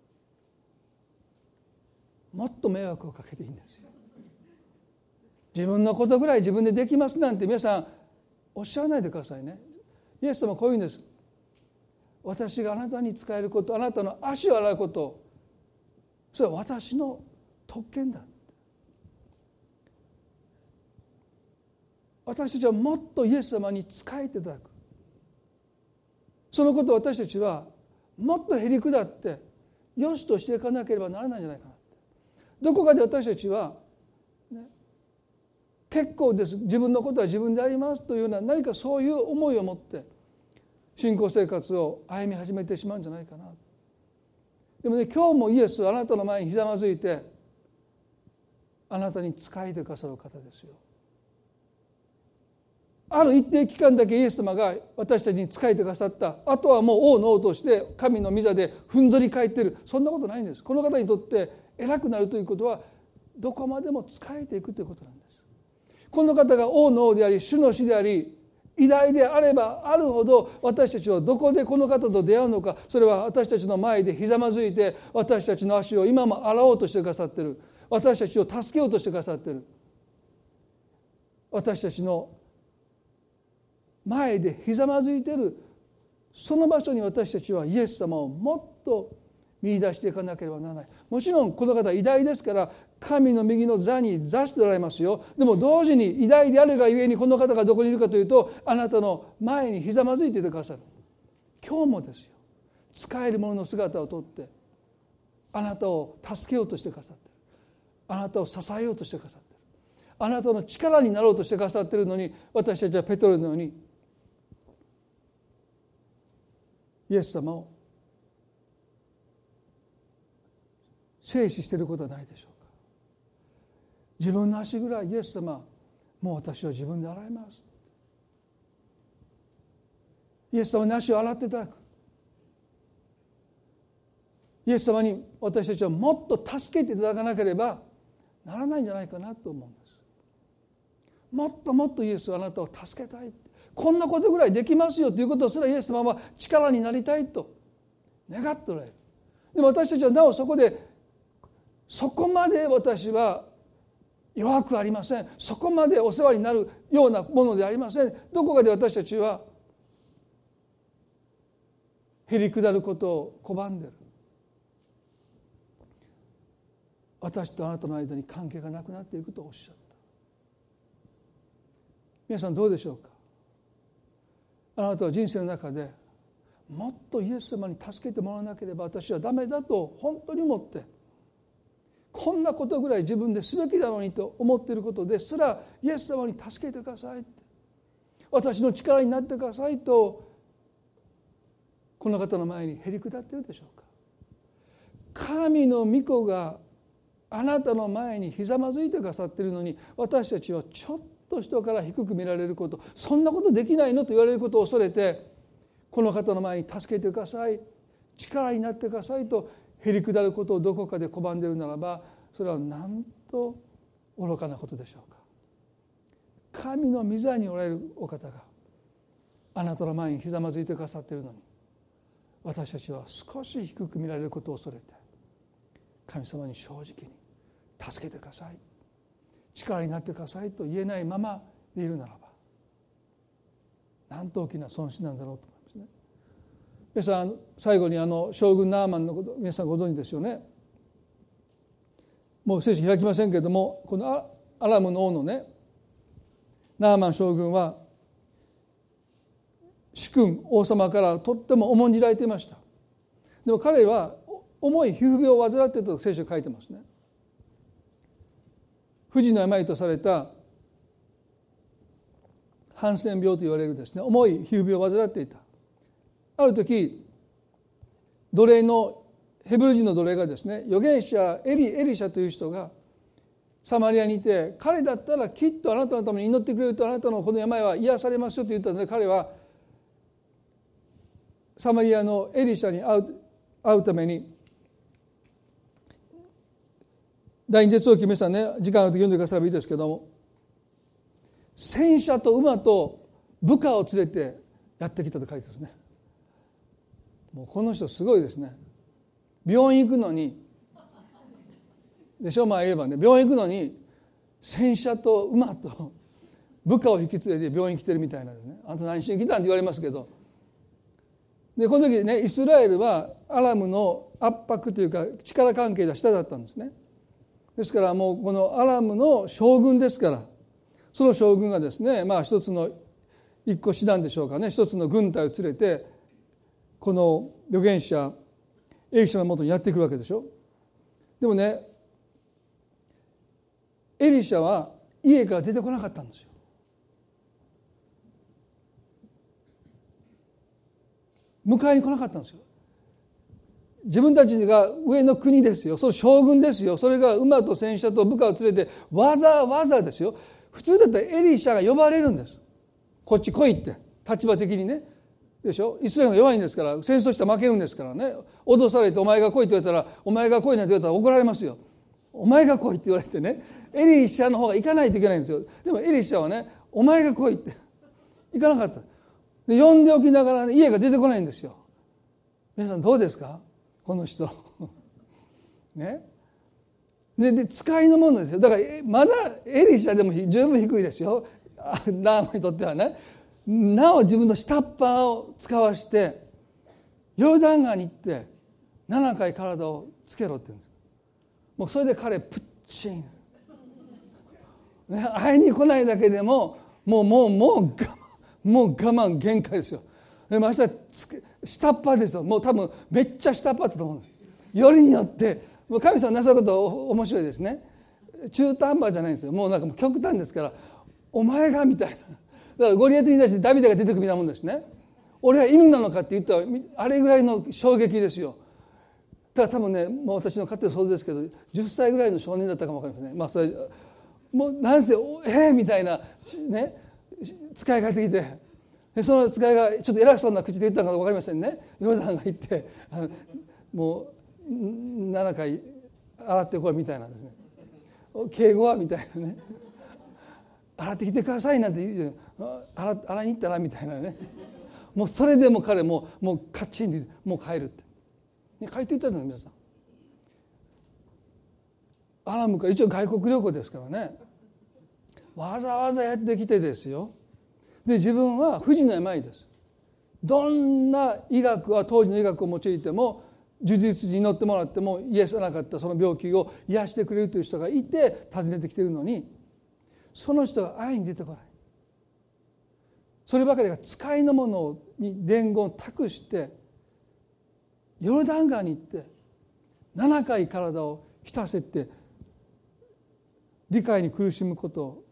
もっと迷惑をかけていいんですよ。自分のことぐらい自分でできますなんて皆さんおっしゃらないでくださいね。イエス様はこういうんです。私があなたに仕えること、あなたの足を洗うこと、それは私の特権だ。私たちはもっとイエス様に仕えていただく。そのことを私たちはもっとへり下って良しとしていかなければならないんじゃないかな。どこかで私たちは、ね、結構です、自分のことは自分でやりますというような何かそういう思いを持って信仰生活を歩み始めてしまうんじゃないかな。でもね、今日もイエスはあなたの前にひざまずいてあなたに仕えてくださる方ですよ。ある一定期間だけイエス様が私たちに仕えてくださった。あとはもう王の王として神の御座でふんぞり返っている。そんなことないんです。この方にとって偉くなるということはどこまでも仕えていくということなんです。この方が王の王であり主の主であり偉大であればあるほど、私たちはどこでこの方と出会うのか、それは私たちの前でひざまずいて私たちの足を今も洗おうとしてくださっている。私たちを助けようとしてくださっている。私たちの前でひざまずいているその場所に私たちはイエス様をもっと見出していかなければならない。もちろんこの方は偉大ですから神の右の座に座しておられますよ。でも同時に偉大であるがゆえにこの方がどこにいるかというと、あなたの前にひざまずいていてくださる。今日もですよ、使える者の姿をとってあなたを助けようとしてくださっている。あなたを支えようとしてくださっている。あなたの力になろうとしてくださっているのに、私たちはペトロのようにイエス様を静止していることはないでしょうか。自分の足ぐらいイエス様、もう私は自分で洗います。イエス様に足を洗っていただく。イエス様に私たちはもっと助けていただかなければならないんじゃないかなと思うんです。もっともっとイエスはあなたを助けたい。こんなことぐらいできますよということすらイエス様は力になりたいと願っておられる。でも私たちはなおそこでそこまで私は弱くありません。そこまでお世話になるようなものでありません。どこかで私たちはへり下ることを拒んでいる。私とあなたの間に関係がなくなっていくとおっしゃった。皆さんどうでしょうか。あなたは人生の中でもっとイエス様に助けてもらわなければ私はダメだと本当に思って、こんなことぐらい自分ですべきだろうにと思っていることですらイエス様に助けてくださいって、私の力になってくださいとこの方の前にへり下っているでしょうか。神の御子があなたの前にひざまずいてくださっているのに、私たちはちょっと人から低く見られること、そんなことできないのと言われることを恐れて、この方の前に助けてください、力になってくださいとへり下ることをどこかで拒んでいるならば、それはなんと愚かなことでしょうか。神の御座におられるお方があなたの前にひざまずいてくださっているのに、私たちは少し低く見られることを恐れて神様に正直に助けてください、 力になってくださいと言えないままでいるならば、なんと大きな損失なんだろうと思いますね。皆さん、最後にあの将軍ナーマンのこと、皆さんご存知ですよね。もう聖書開きませんけれども、このアラムの王のねナーマン将軍は主君王様からとっても重んじられていました。でも彼は重い皮膚病を患っていると聖書に書いてますね。不治の病とされたハンセン病と言われるですね、重い皮膚病を患っていた。ある時奴隷のヘブル人の奴隷がですね、預言者エリエリシャという人がサマリアにいて、彼だったらきっとあなたのために祈ってくれると、あなたのこの病は癒されますよと言ったので、彼はサマリアのエリシャに会う、会うために第二列王記、皆さんね時間あると読んでくださればいいですけども、戦車と馬と部下を連れてやってきたと書いてますね。もうこの人すごいですね。病院行くのにでしょ、まあ言えばね、病院行くのに戦車と馬と部下を引き連れて病院来てるみたいなんですね。あんた何しに来たんって言われますけど、でこの時ね、イスラエルはアラムの圧迫というか力関係が下だったんですね。ですからもうこのアラムの将軍ですから、その将軍がですね、まあ一つの一個師団でしょうかね、一つの軍隊を連れてこの預言者エリシャのもとにやってくるわけでしょ。でもね、エリシャは家から出てこなかったんですよ。迎えに来なかったんですよ。自分たちが上の国ですよ、その将軍ですよ、それが馬と戦車と部下を連れてわざわざですよ。普通だったらエリシャが呼ばれるんです。こっち来いって、立場的にね、でしょ。イスラエルが弱いんですから、戦争したら負けるんですからね。脅されてお前が来いって言われたら、お前が来いなんて言われたら怒られますよ。お前が来いって言われてね、エリシャの方が行かないといけないんですよ。でもエリシャはね、お前が来いって行かなかった。で呼んでおきながら、ね、家が出てこないんですよ。皆さんどうですかこの人ね。で, で使いのものですよ。だからまだエリシャでも十分低いですよ、ナーマンにとってはね。なお自分の下っ端を使わしてヨルダン川に行ってななかい体をつけろって言うんです。もうそれで彼プッチン、ね、会いに来ないだけでももうもうもう我慢もう我慢限界ですよ。でました下っ端ですよ。もう多分めっちゃ下っ端だと思うんです。よりによってもう神様なさること面白いですね。中途半端じゃないんですよ。もうなんかもう極端ですから、お前がみたいな。だからゴリアテに対してダビデが出てくるみたいなもんですね。俺は犬なのかって言ったらあれぐらいの衝撃ですよ。だから多分ね、もう私の勝手な想像ですけどじゅっさいぐらいの少年だったかもわかりませんね。まあそれもうなんせえーみたいなね使いがってきて、でその使いがちょっと偉そうな口で言ったのか分かりませんね。ヨルダンが言ってもうななかい洗ってこいみたいなんですね。敬語はみたいなね、洗ってきてくださいなんて言う、洗洗いに行ったらみたいなね。もうそれでも彼ももうカッチンでもう帰るって帰っていったんです皆さん。アラムから一応外国旅行ですからね、わざわざやってきてですよ。で自分は不治の病です。どんな医学は当時の医学を用いても呪術に祈ってもらっても癒さなかったその病気を癒してくれるという人がいて訪ねてきているのに、その人が会いに出てこない。そればかりが使いのものに伝言を託してヨルダン川に行ってななかい体を浸せて理解に苦しむことを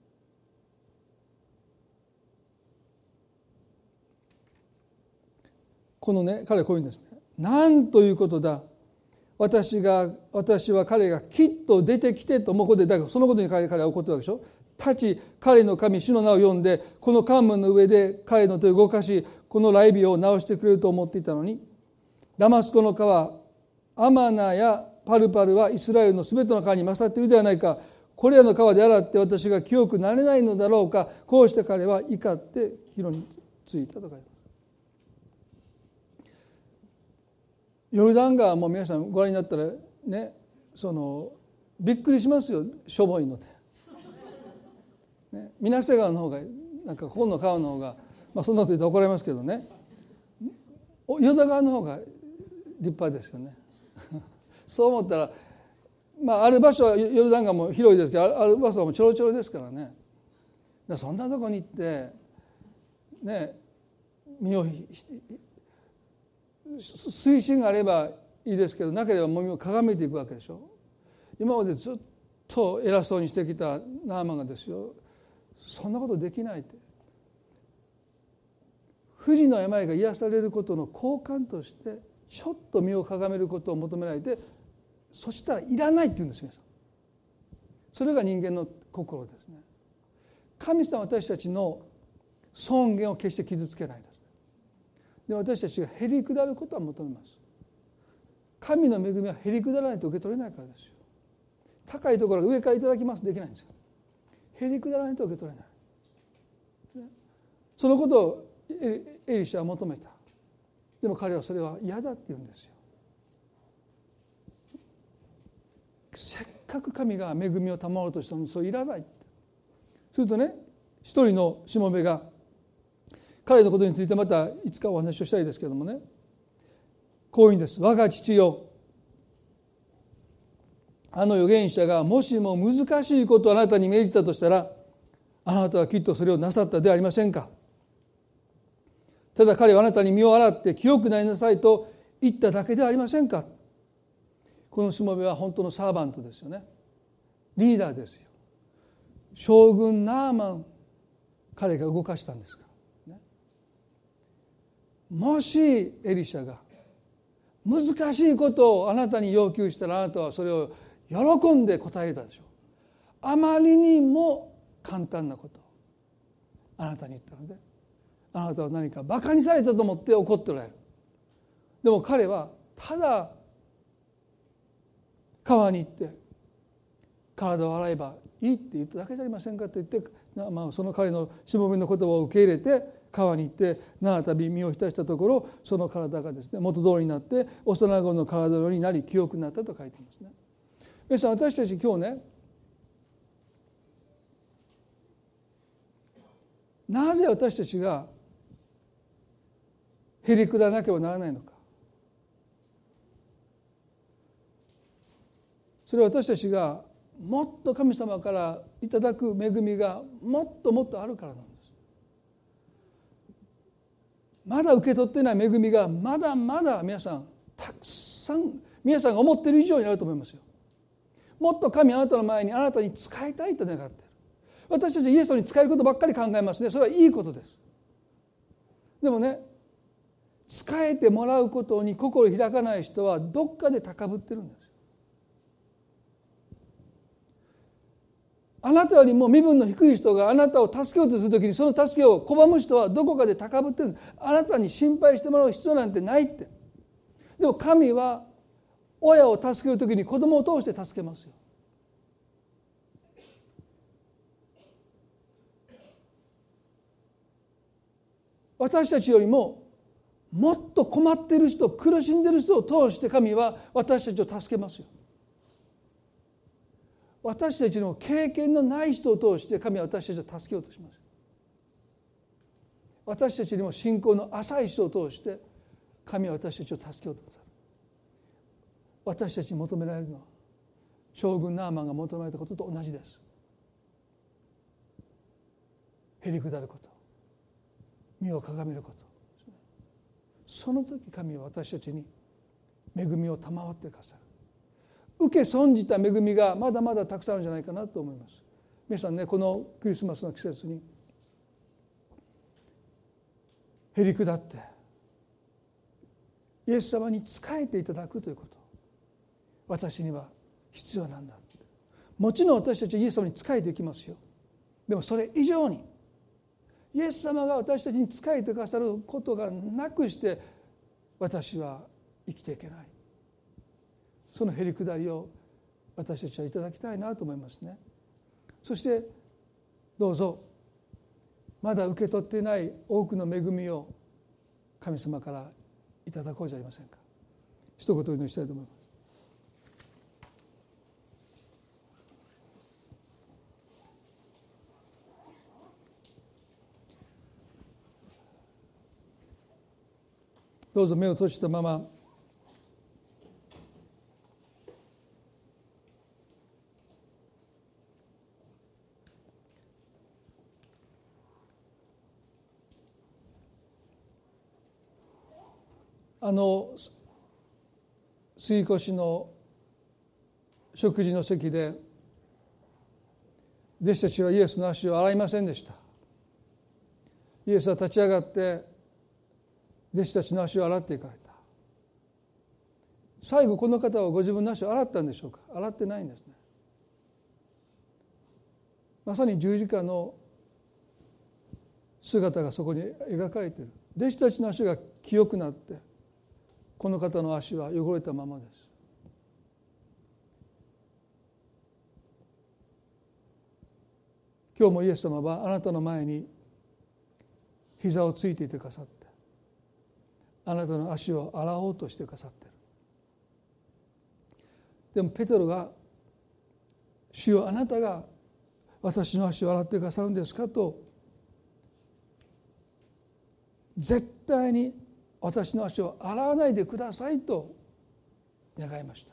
このね彼はこういうんですね。なんということだ、私が私は彼がきっと出てきてと、もうここでだからそのことに彼は怒ってるわけでしょ。立ち彼の神主の名を呼んでこの関門の上で彼の手を動かしこの雷病を治してくれると思っていたのに、ダマスコの川アマナやパルパルはイスラエルのすべての川に勝っているではないか。これらの川で洗って私が清くなれないのだろうか。こうして彼は怒って帰路に着いたと書いてある。ヨルダン川も皆さんご覧になったらね、そのびっくりしますよ、しょぼいので水瀬川の方がなんかここの川の方が、まあ、そんなこと言って怒られますけどね、淀川の方が立派ですよねそう思ったら、まあ、ある場所はヨルダン川も広いですけど、ある場所はもうちょろちょろですからね。だからそんなとこに行ってね、身を水深があればいいですけど、なければもう身をかがめていくわけでしょ。今までずっと偉そうにしてきたナーマンがですよ、そんなことできないって、不治の病が癒されることの交換としてちょっと身をかがめることを求められて、そしたらいらないって言うんですよ。それが人間の心ですね。神様は私たちの尊厳を決して傷つけないです。で、私たちがへりくだることは求めます。神の恵みはへりくだらないと受け取れないからですよ。高いところが上からいただきますできないんですよ。へりくだらないと受け取れない。そのことをエリシャは求めた。でも彼はそれは嫌だって言うんですよ。せっかく神が恵みを賜ろうとしたのにそういらない。するとね、一人のしもべが彼のことについてまたいつかお話をしたいですけれどもね、こういうんです。我が父よ、あの預言者がもしも難しいことをあなたに命じたとしたら、あなたはきっとそれをなさったではありませんか。ただ彼はあなたに身を洗って清くなりなさいと言っただけではありませんか。このしもべは本当のサーバントですよね。リーダーですよ。将軍ナーマン、彼が動かしたんですから、ね、もしエリシャが難しいことをあなたに要求したら、あなたはそれを喜んで答えたでしょう。あまりにも簡単なことをあなたに言ったので、あなたは何かバカにされたと思って怒っておられる。でも彼はただ川に行って体を洗えばいいって言っただけじゃありませんかと言って、まあ、その彼のしもべの言葉を受け入れて川に行って七度身を浸したところ、その体がですね元通りになって幼子の体のようになり清くなったと書いていますね。皆さん、私たち今日ね、なぜ私たちがへりくだらなければならないのか。それは私たちがもっと神様からいただく恵みがもっともっとあるからなんです。まだ受け取ってない恵みがまだまだ皆さんたくさん、皆さんが思っている以上にあると思いますよ。もっと神あなたの前にあなたに仕えたいと願っている。私たちイエスに仕えることばっかり考えますね。それはいいことです。でもね、仕えてもらうことに心開かない人はどっかで高ぶってるんです。あなたよりも身分の低い人があなたを助けようとするときに、その助けを拒む人はどこかで高ぶってる。あなたに心配してもらう必要なんてないって。でも神は親を助けるときに子供を通して助けますよ。私たちよりももっと困っている人、苦しんでいる人を通して神は私たちを助けますよ。私たちの経験のない人を通して神は私たちを助けようとします。私たちにも信仰の浅い人を通して神は私たちを助けようとする。私たちに求められるのは将軍ナーマンが求められたことと同じです。へりくだること、身をかがめること。その時神は私たちに恵みを賜ってくださる。受け損じた恵みがまだまだたくさんあるんじゃないかなと思います。皆さんね、このクリスマスの季節にへりくだってイエス様に仕えていただくということ、私には必要なんだ。もちろん私たちはイエス様に仕えていきますよ。でもそれ以上にイエス様が私たちに仕えてくださることがなくして私は生きていけない。そのへりくだりを私たちはいただきたいなと思いますね。そしてどうぞまだ受け取っていない多くの恵みを神様からいただこうじゃありませんか。一言お祈りしたいと思います。 どうぞ目を閉じたままあの杉越の食事の席で弟子たちはイエスの足を洗いませんでした。イエスは立ち上がって弟子たちの足を洗っていかれた。最後この方はご自分の足を洗ったんでしょうか。洗ってないんですね。まさに十字架の姿がそこに描かれている。弟子たちの足が清くなってこの方の足は汚れたままです。今日もイエス様はあなたの前に膝をついていてくださって、あなたの足を洗おうとしてくださっている。でもペテロが主よあなたが私の足を洗ってくださるんですかと絶対に私の足を洗わないでくださいと願いました。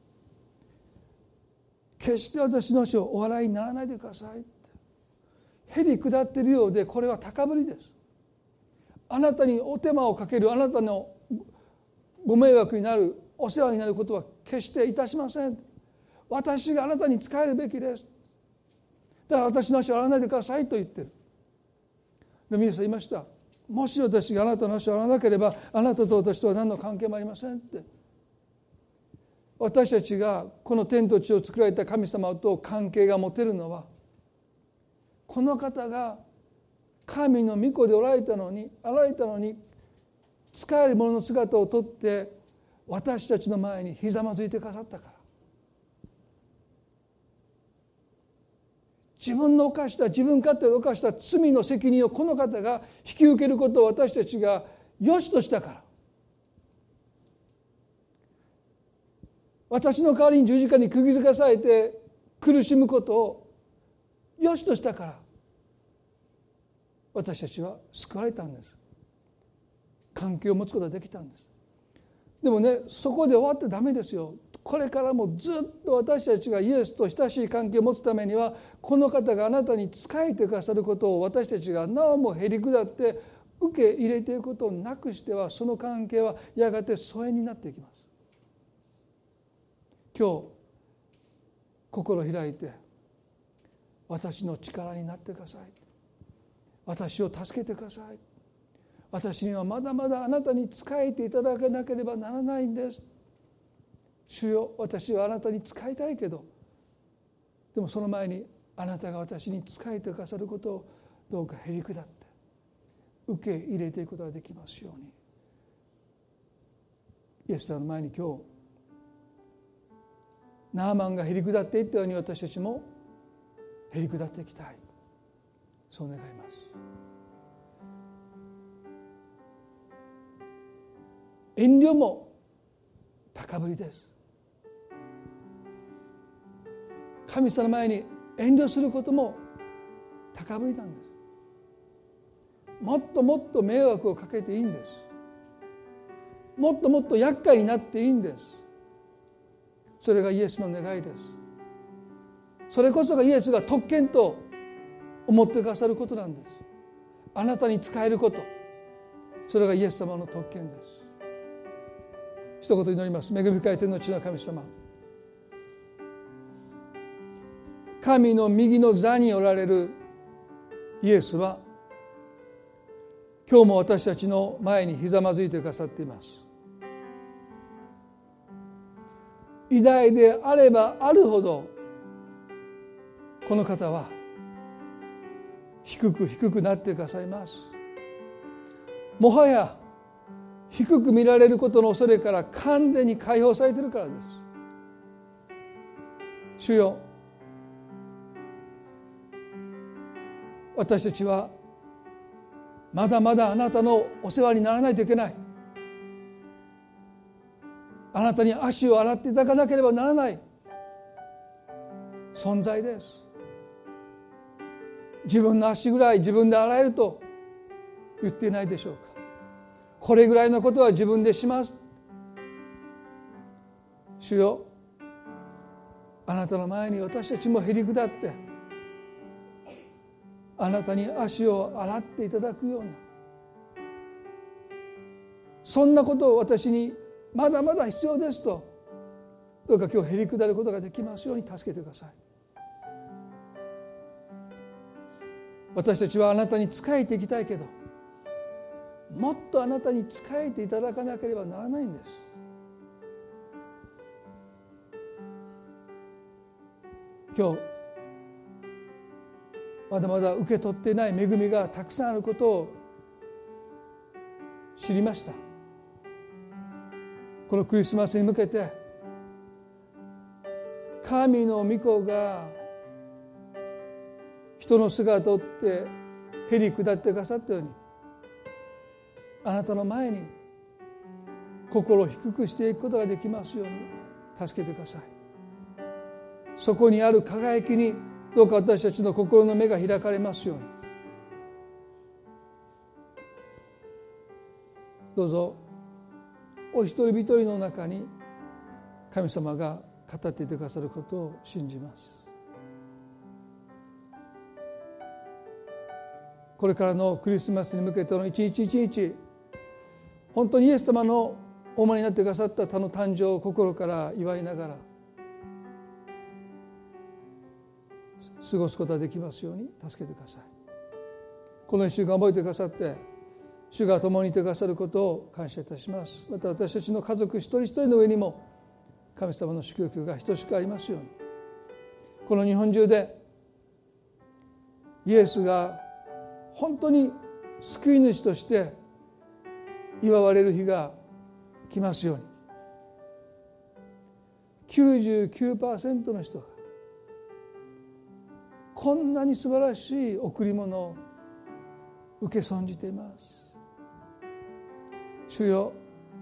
決して私の足をお洗いにならないでください。へり下っているようでこれは高ぶりです。あなたにお手間をかける、あなたのご迷惑になる、お世話になることは決していたしません。私があなたに仕えるべきです。だから私の足を洗わないでくださいと言ってる。で皆さん言いました。もし私があなたの足を洗わなければあなたと私とは何の関係もありませんって。私たちがこの天と地を作られた神様と関係が持てるのはこの方が神の御子でおられたのにあられたのに仕える者の姿をとって私たちの前にひざまずいてくださったから。自分の犯した自分勝手で犯した罪の責任をこの方が引き受けることを私たちが良しとしたから。私の代わりに十字架に釘付けされて苦しむことを良しとしたから私たちは救われたんです。関係を持つことができたんです。でもね、そこで終わってダメですよ。これからもずっと私たちがイエスと親しい関係を持つためにはこの方があなたに仕えてくださることを私たちがなおもへり下って受け入れていくことをなくしてはその関係はやがて疎遠になっていきます。今日心開いて私の力になってください。私を助けてください。私にはまだまだあなたに仕えていただかなければならないんです。主よ、私はあなたに仕えたいけど、でもその前にあなたが私に仕えてくださることをどうかへり下って受け入れていくことができますように。イエス様の前に今日ナーマンがへり下っていったように私たちもへり下っていきたい、そう願います。遠慮も高ぶりです。神様の前に遠慮することも高ぶりなんです。もっともっと迷惑をかけていいんです。もっともっと厄介になっていいんです。それがイエスの願いです。それこそがイエスが特権と思ってくださることなんです。あなたに仕えること、それがイエス様の特権です。一言祈ります。恵み深い天の地の神様、神の右の座におられるイエスは今日も私たちの前にひざまずいてくださっています。偉大であればあるほどこの方は低く低くなってくださいます。もはや低く見られることの恐れから完全に解放されているからです。主よ、私たちはまだまだあなたのお世話にならないといけない。あなたに足を洗っていただかなければならない存在です。自分の足ぐらい自分で洗えると言っていないでしょうか。 これぐらいのことは自分でします。主よ、あなたの前に私たちもへり下ってあなたに足を洗っていただくような、そんなことを私にまだまだ必要ですと、どうか今日へり下ることができますように助けてください。私たちはあなたに仕えていきたいけど、もっとあなたに仕えていただかなければならないんです。今日まだまだ受け取っていない恵みがたくさんあることを知りました。このクリスマスに向けて神の御子が人の姿を追ってへり下ってくださったように、あなたの前に心を低くしていくことができますように助けてください。そこにある輝きにどうか私たちの心の目が開かれますように。どうぞお一人一人の中に神様が語っていてくださることを信じます。これからのクリスマスに向けての一日一日、本当にイエス様のお生まれになってくださった他の誕生を心から祝いながら過ごすことができますように助けてください。この一週間覚えてくださって主が共にいてくださることを感謝いたします。また私たちの家族一人一人の上にも神様の祝福が等しくありますように。この日本中でイエスが本当に救い主として祝われる日が来ますように。 きゅうじゅうきゅうパーセント の人がこんなに素晴らしい贈り物を受け損じています。主よ、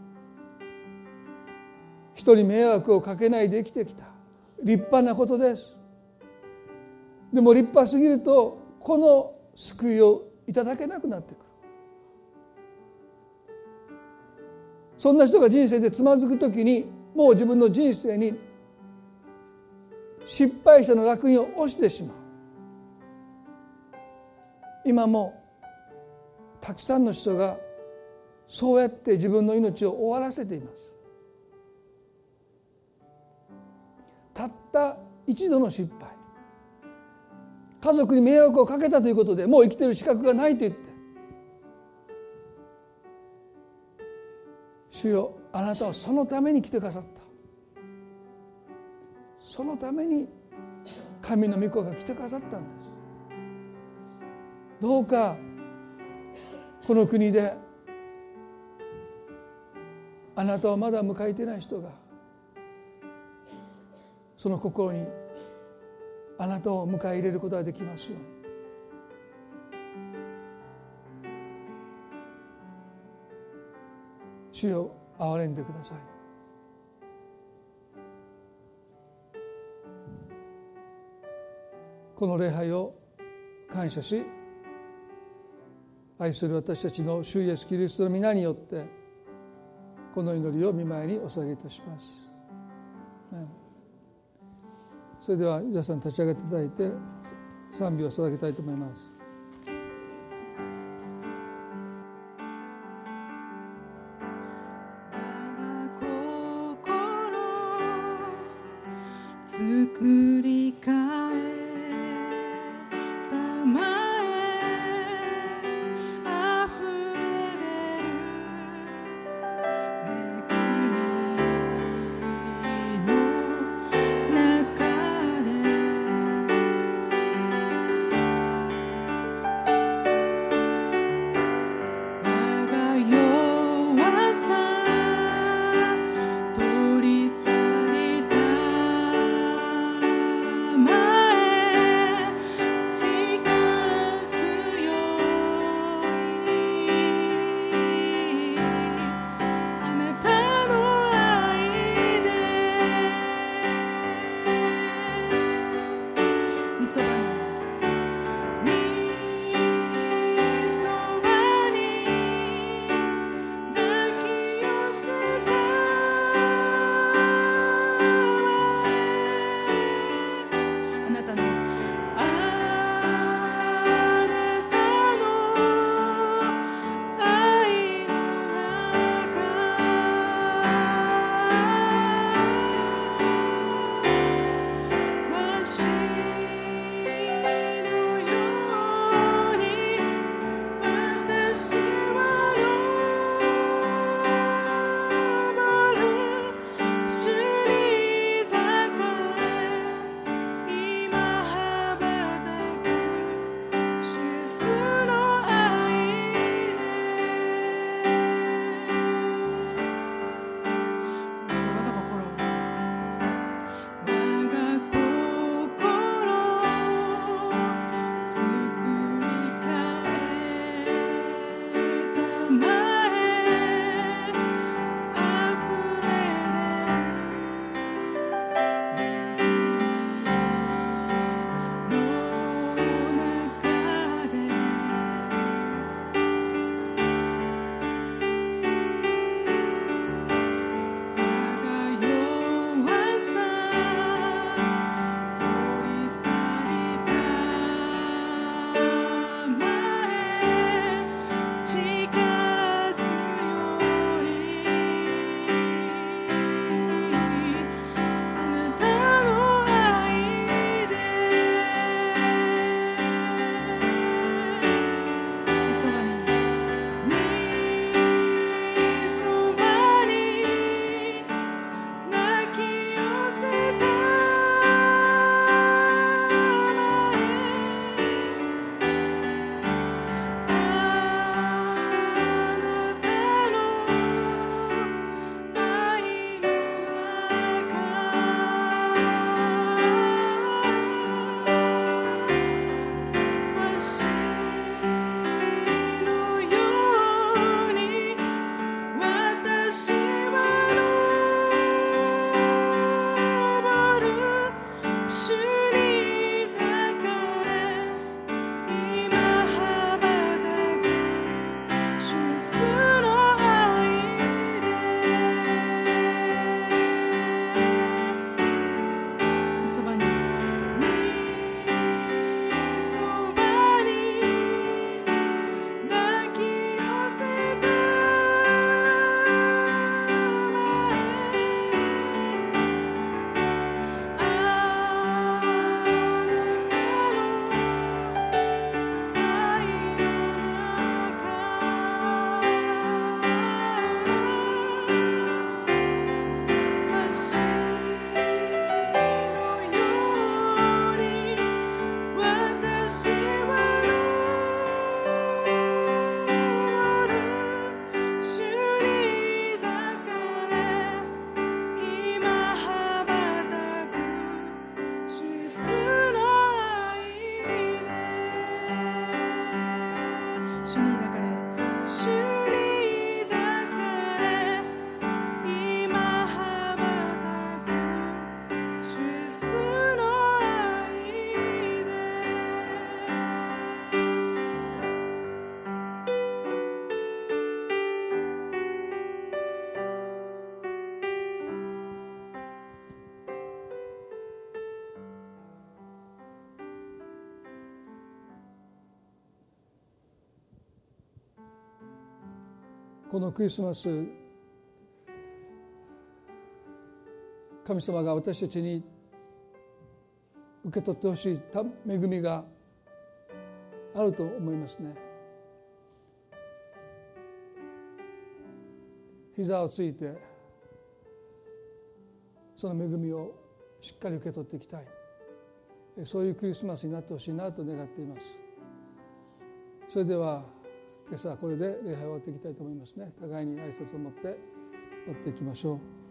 人に迷惑をかけないで生きてきた立派なことです。でも立派すぎるとこの救いをいただけなくなってくる。そんな人が人生でつまずくときに、もう自分の人生に失敗者の烙印を押してしまう。今もたくさんの人がそうやって自分の命を終わらせています。たった一度の失敗、家族に迷惑をかけたということでもう生きている資格がないと言って、主よ、あなたはそのために来てくださった。そのために神の御子が来てくださったんです。どうかこの国であなたをまだ迎えていない人がその心にあなたを迎え入れることができますように。主よ、憐れんでください。この礼拝を感謝し、愛する私たちの主イエスキリストの皆によってこの祈りを御前にお捧げいたします。それでは皆さん立ち上がっていただいて賛美を捧げたいと思います。 作り変えたま「 このクリスマス、神様が私たちに受け取ってほしい恵みがあると思いますね。膝をついてその恵みをしっかり受け取っていきたい、そういうクリスマスになってほしいなと願っています。それでは今朝はこれで礼拝を終わっていきたいと思いますね。互いに挨拶を持って終わっていきましょう。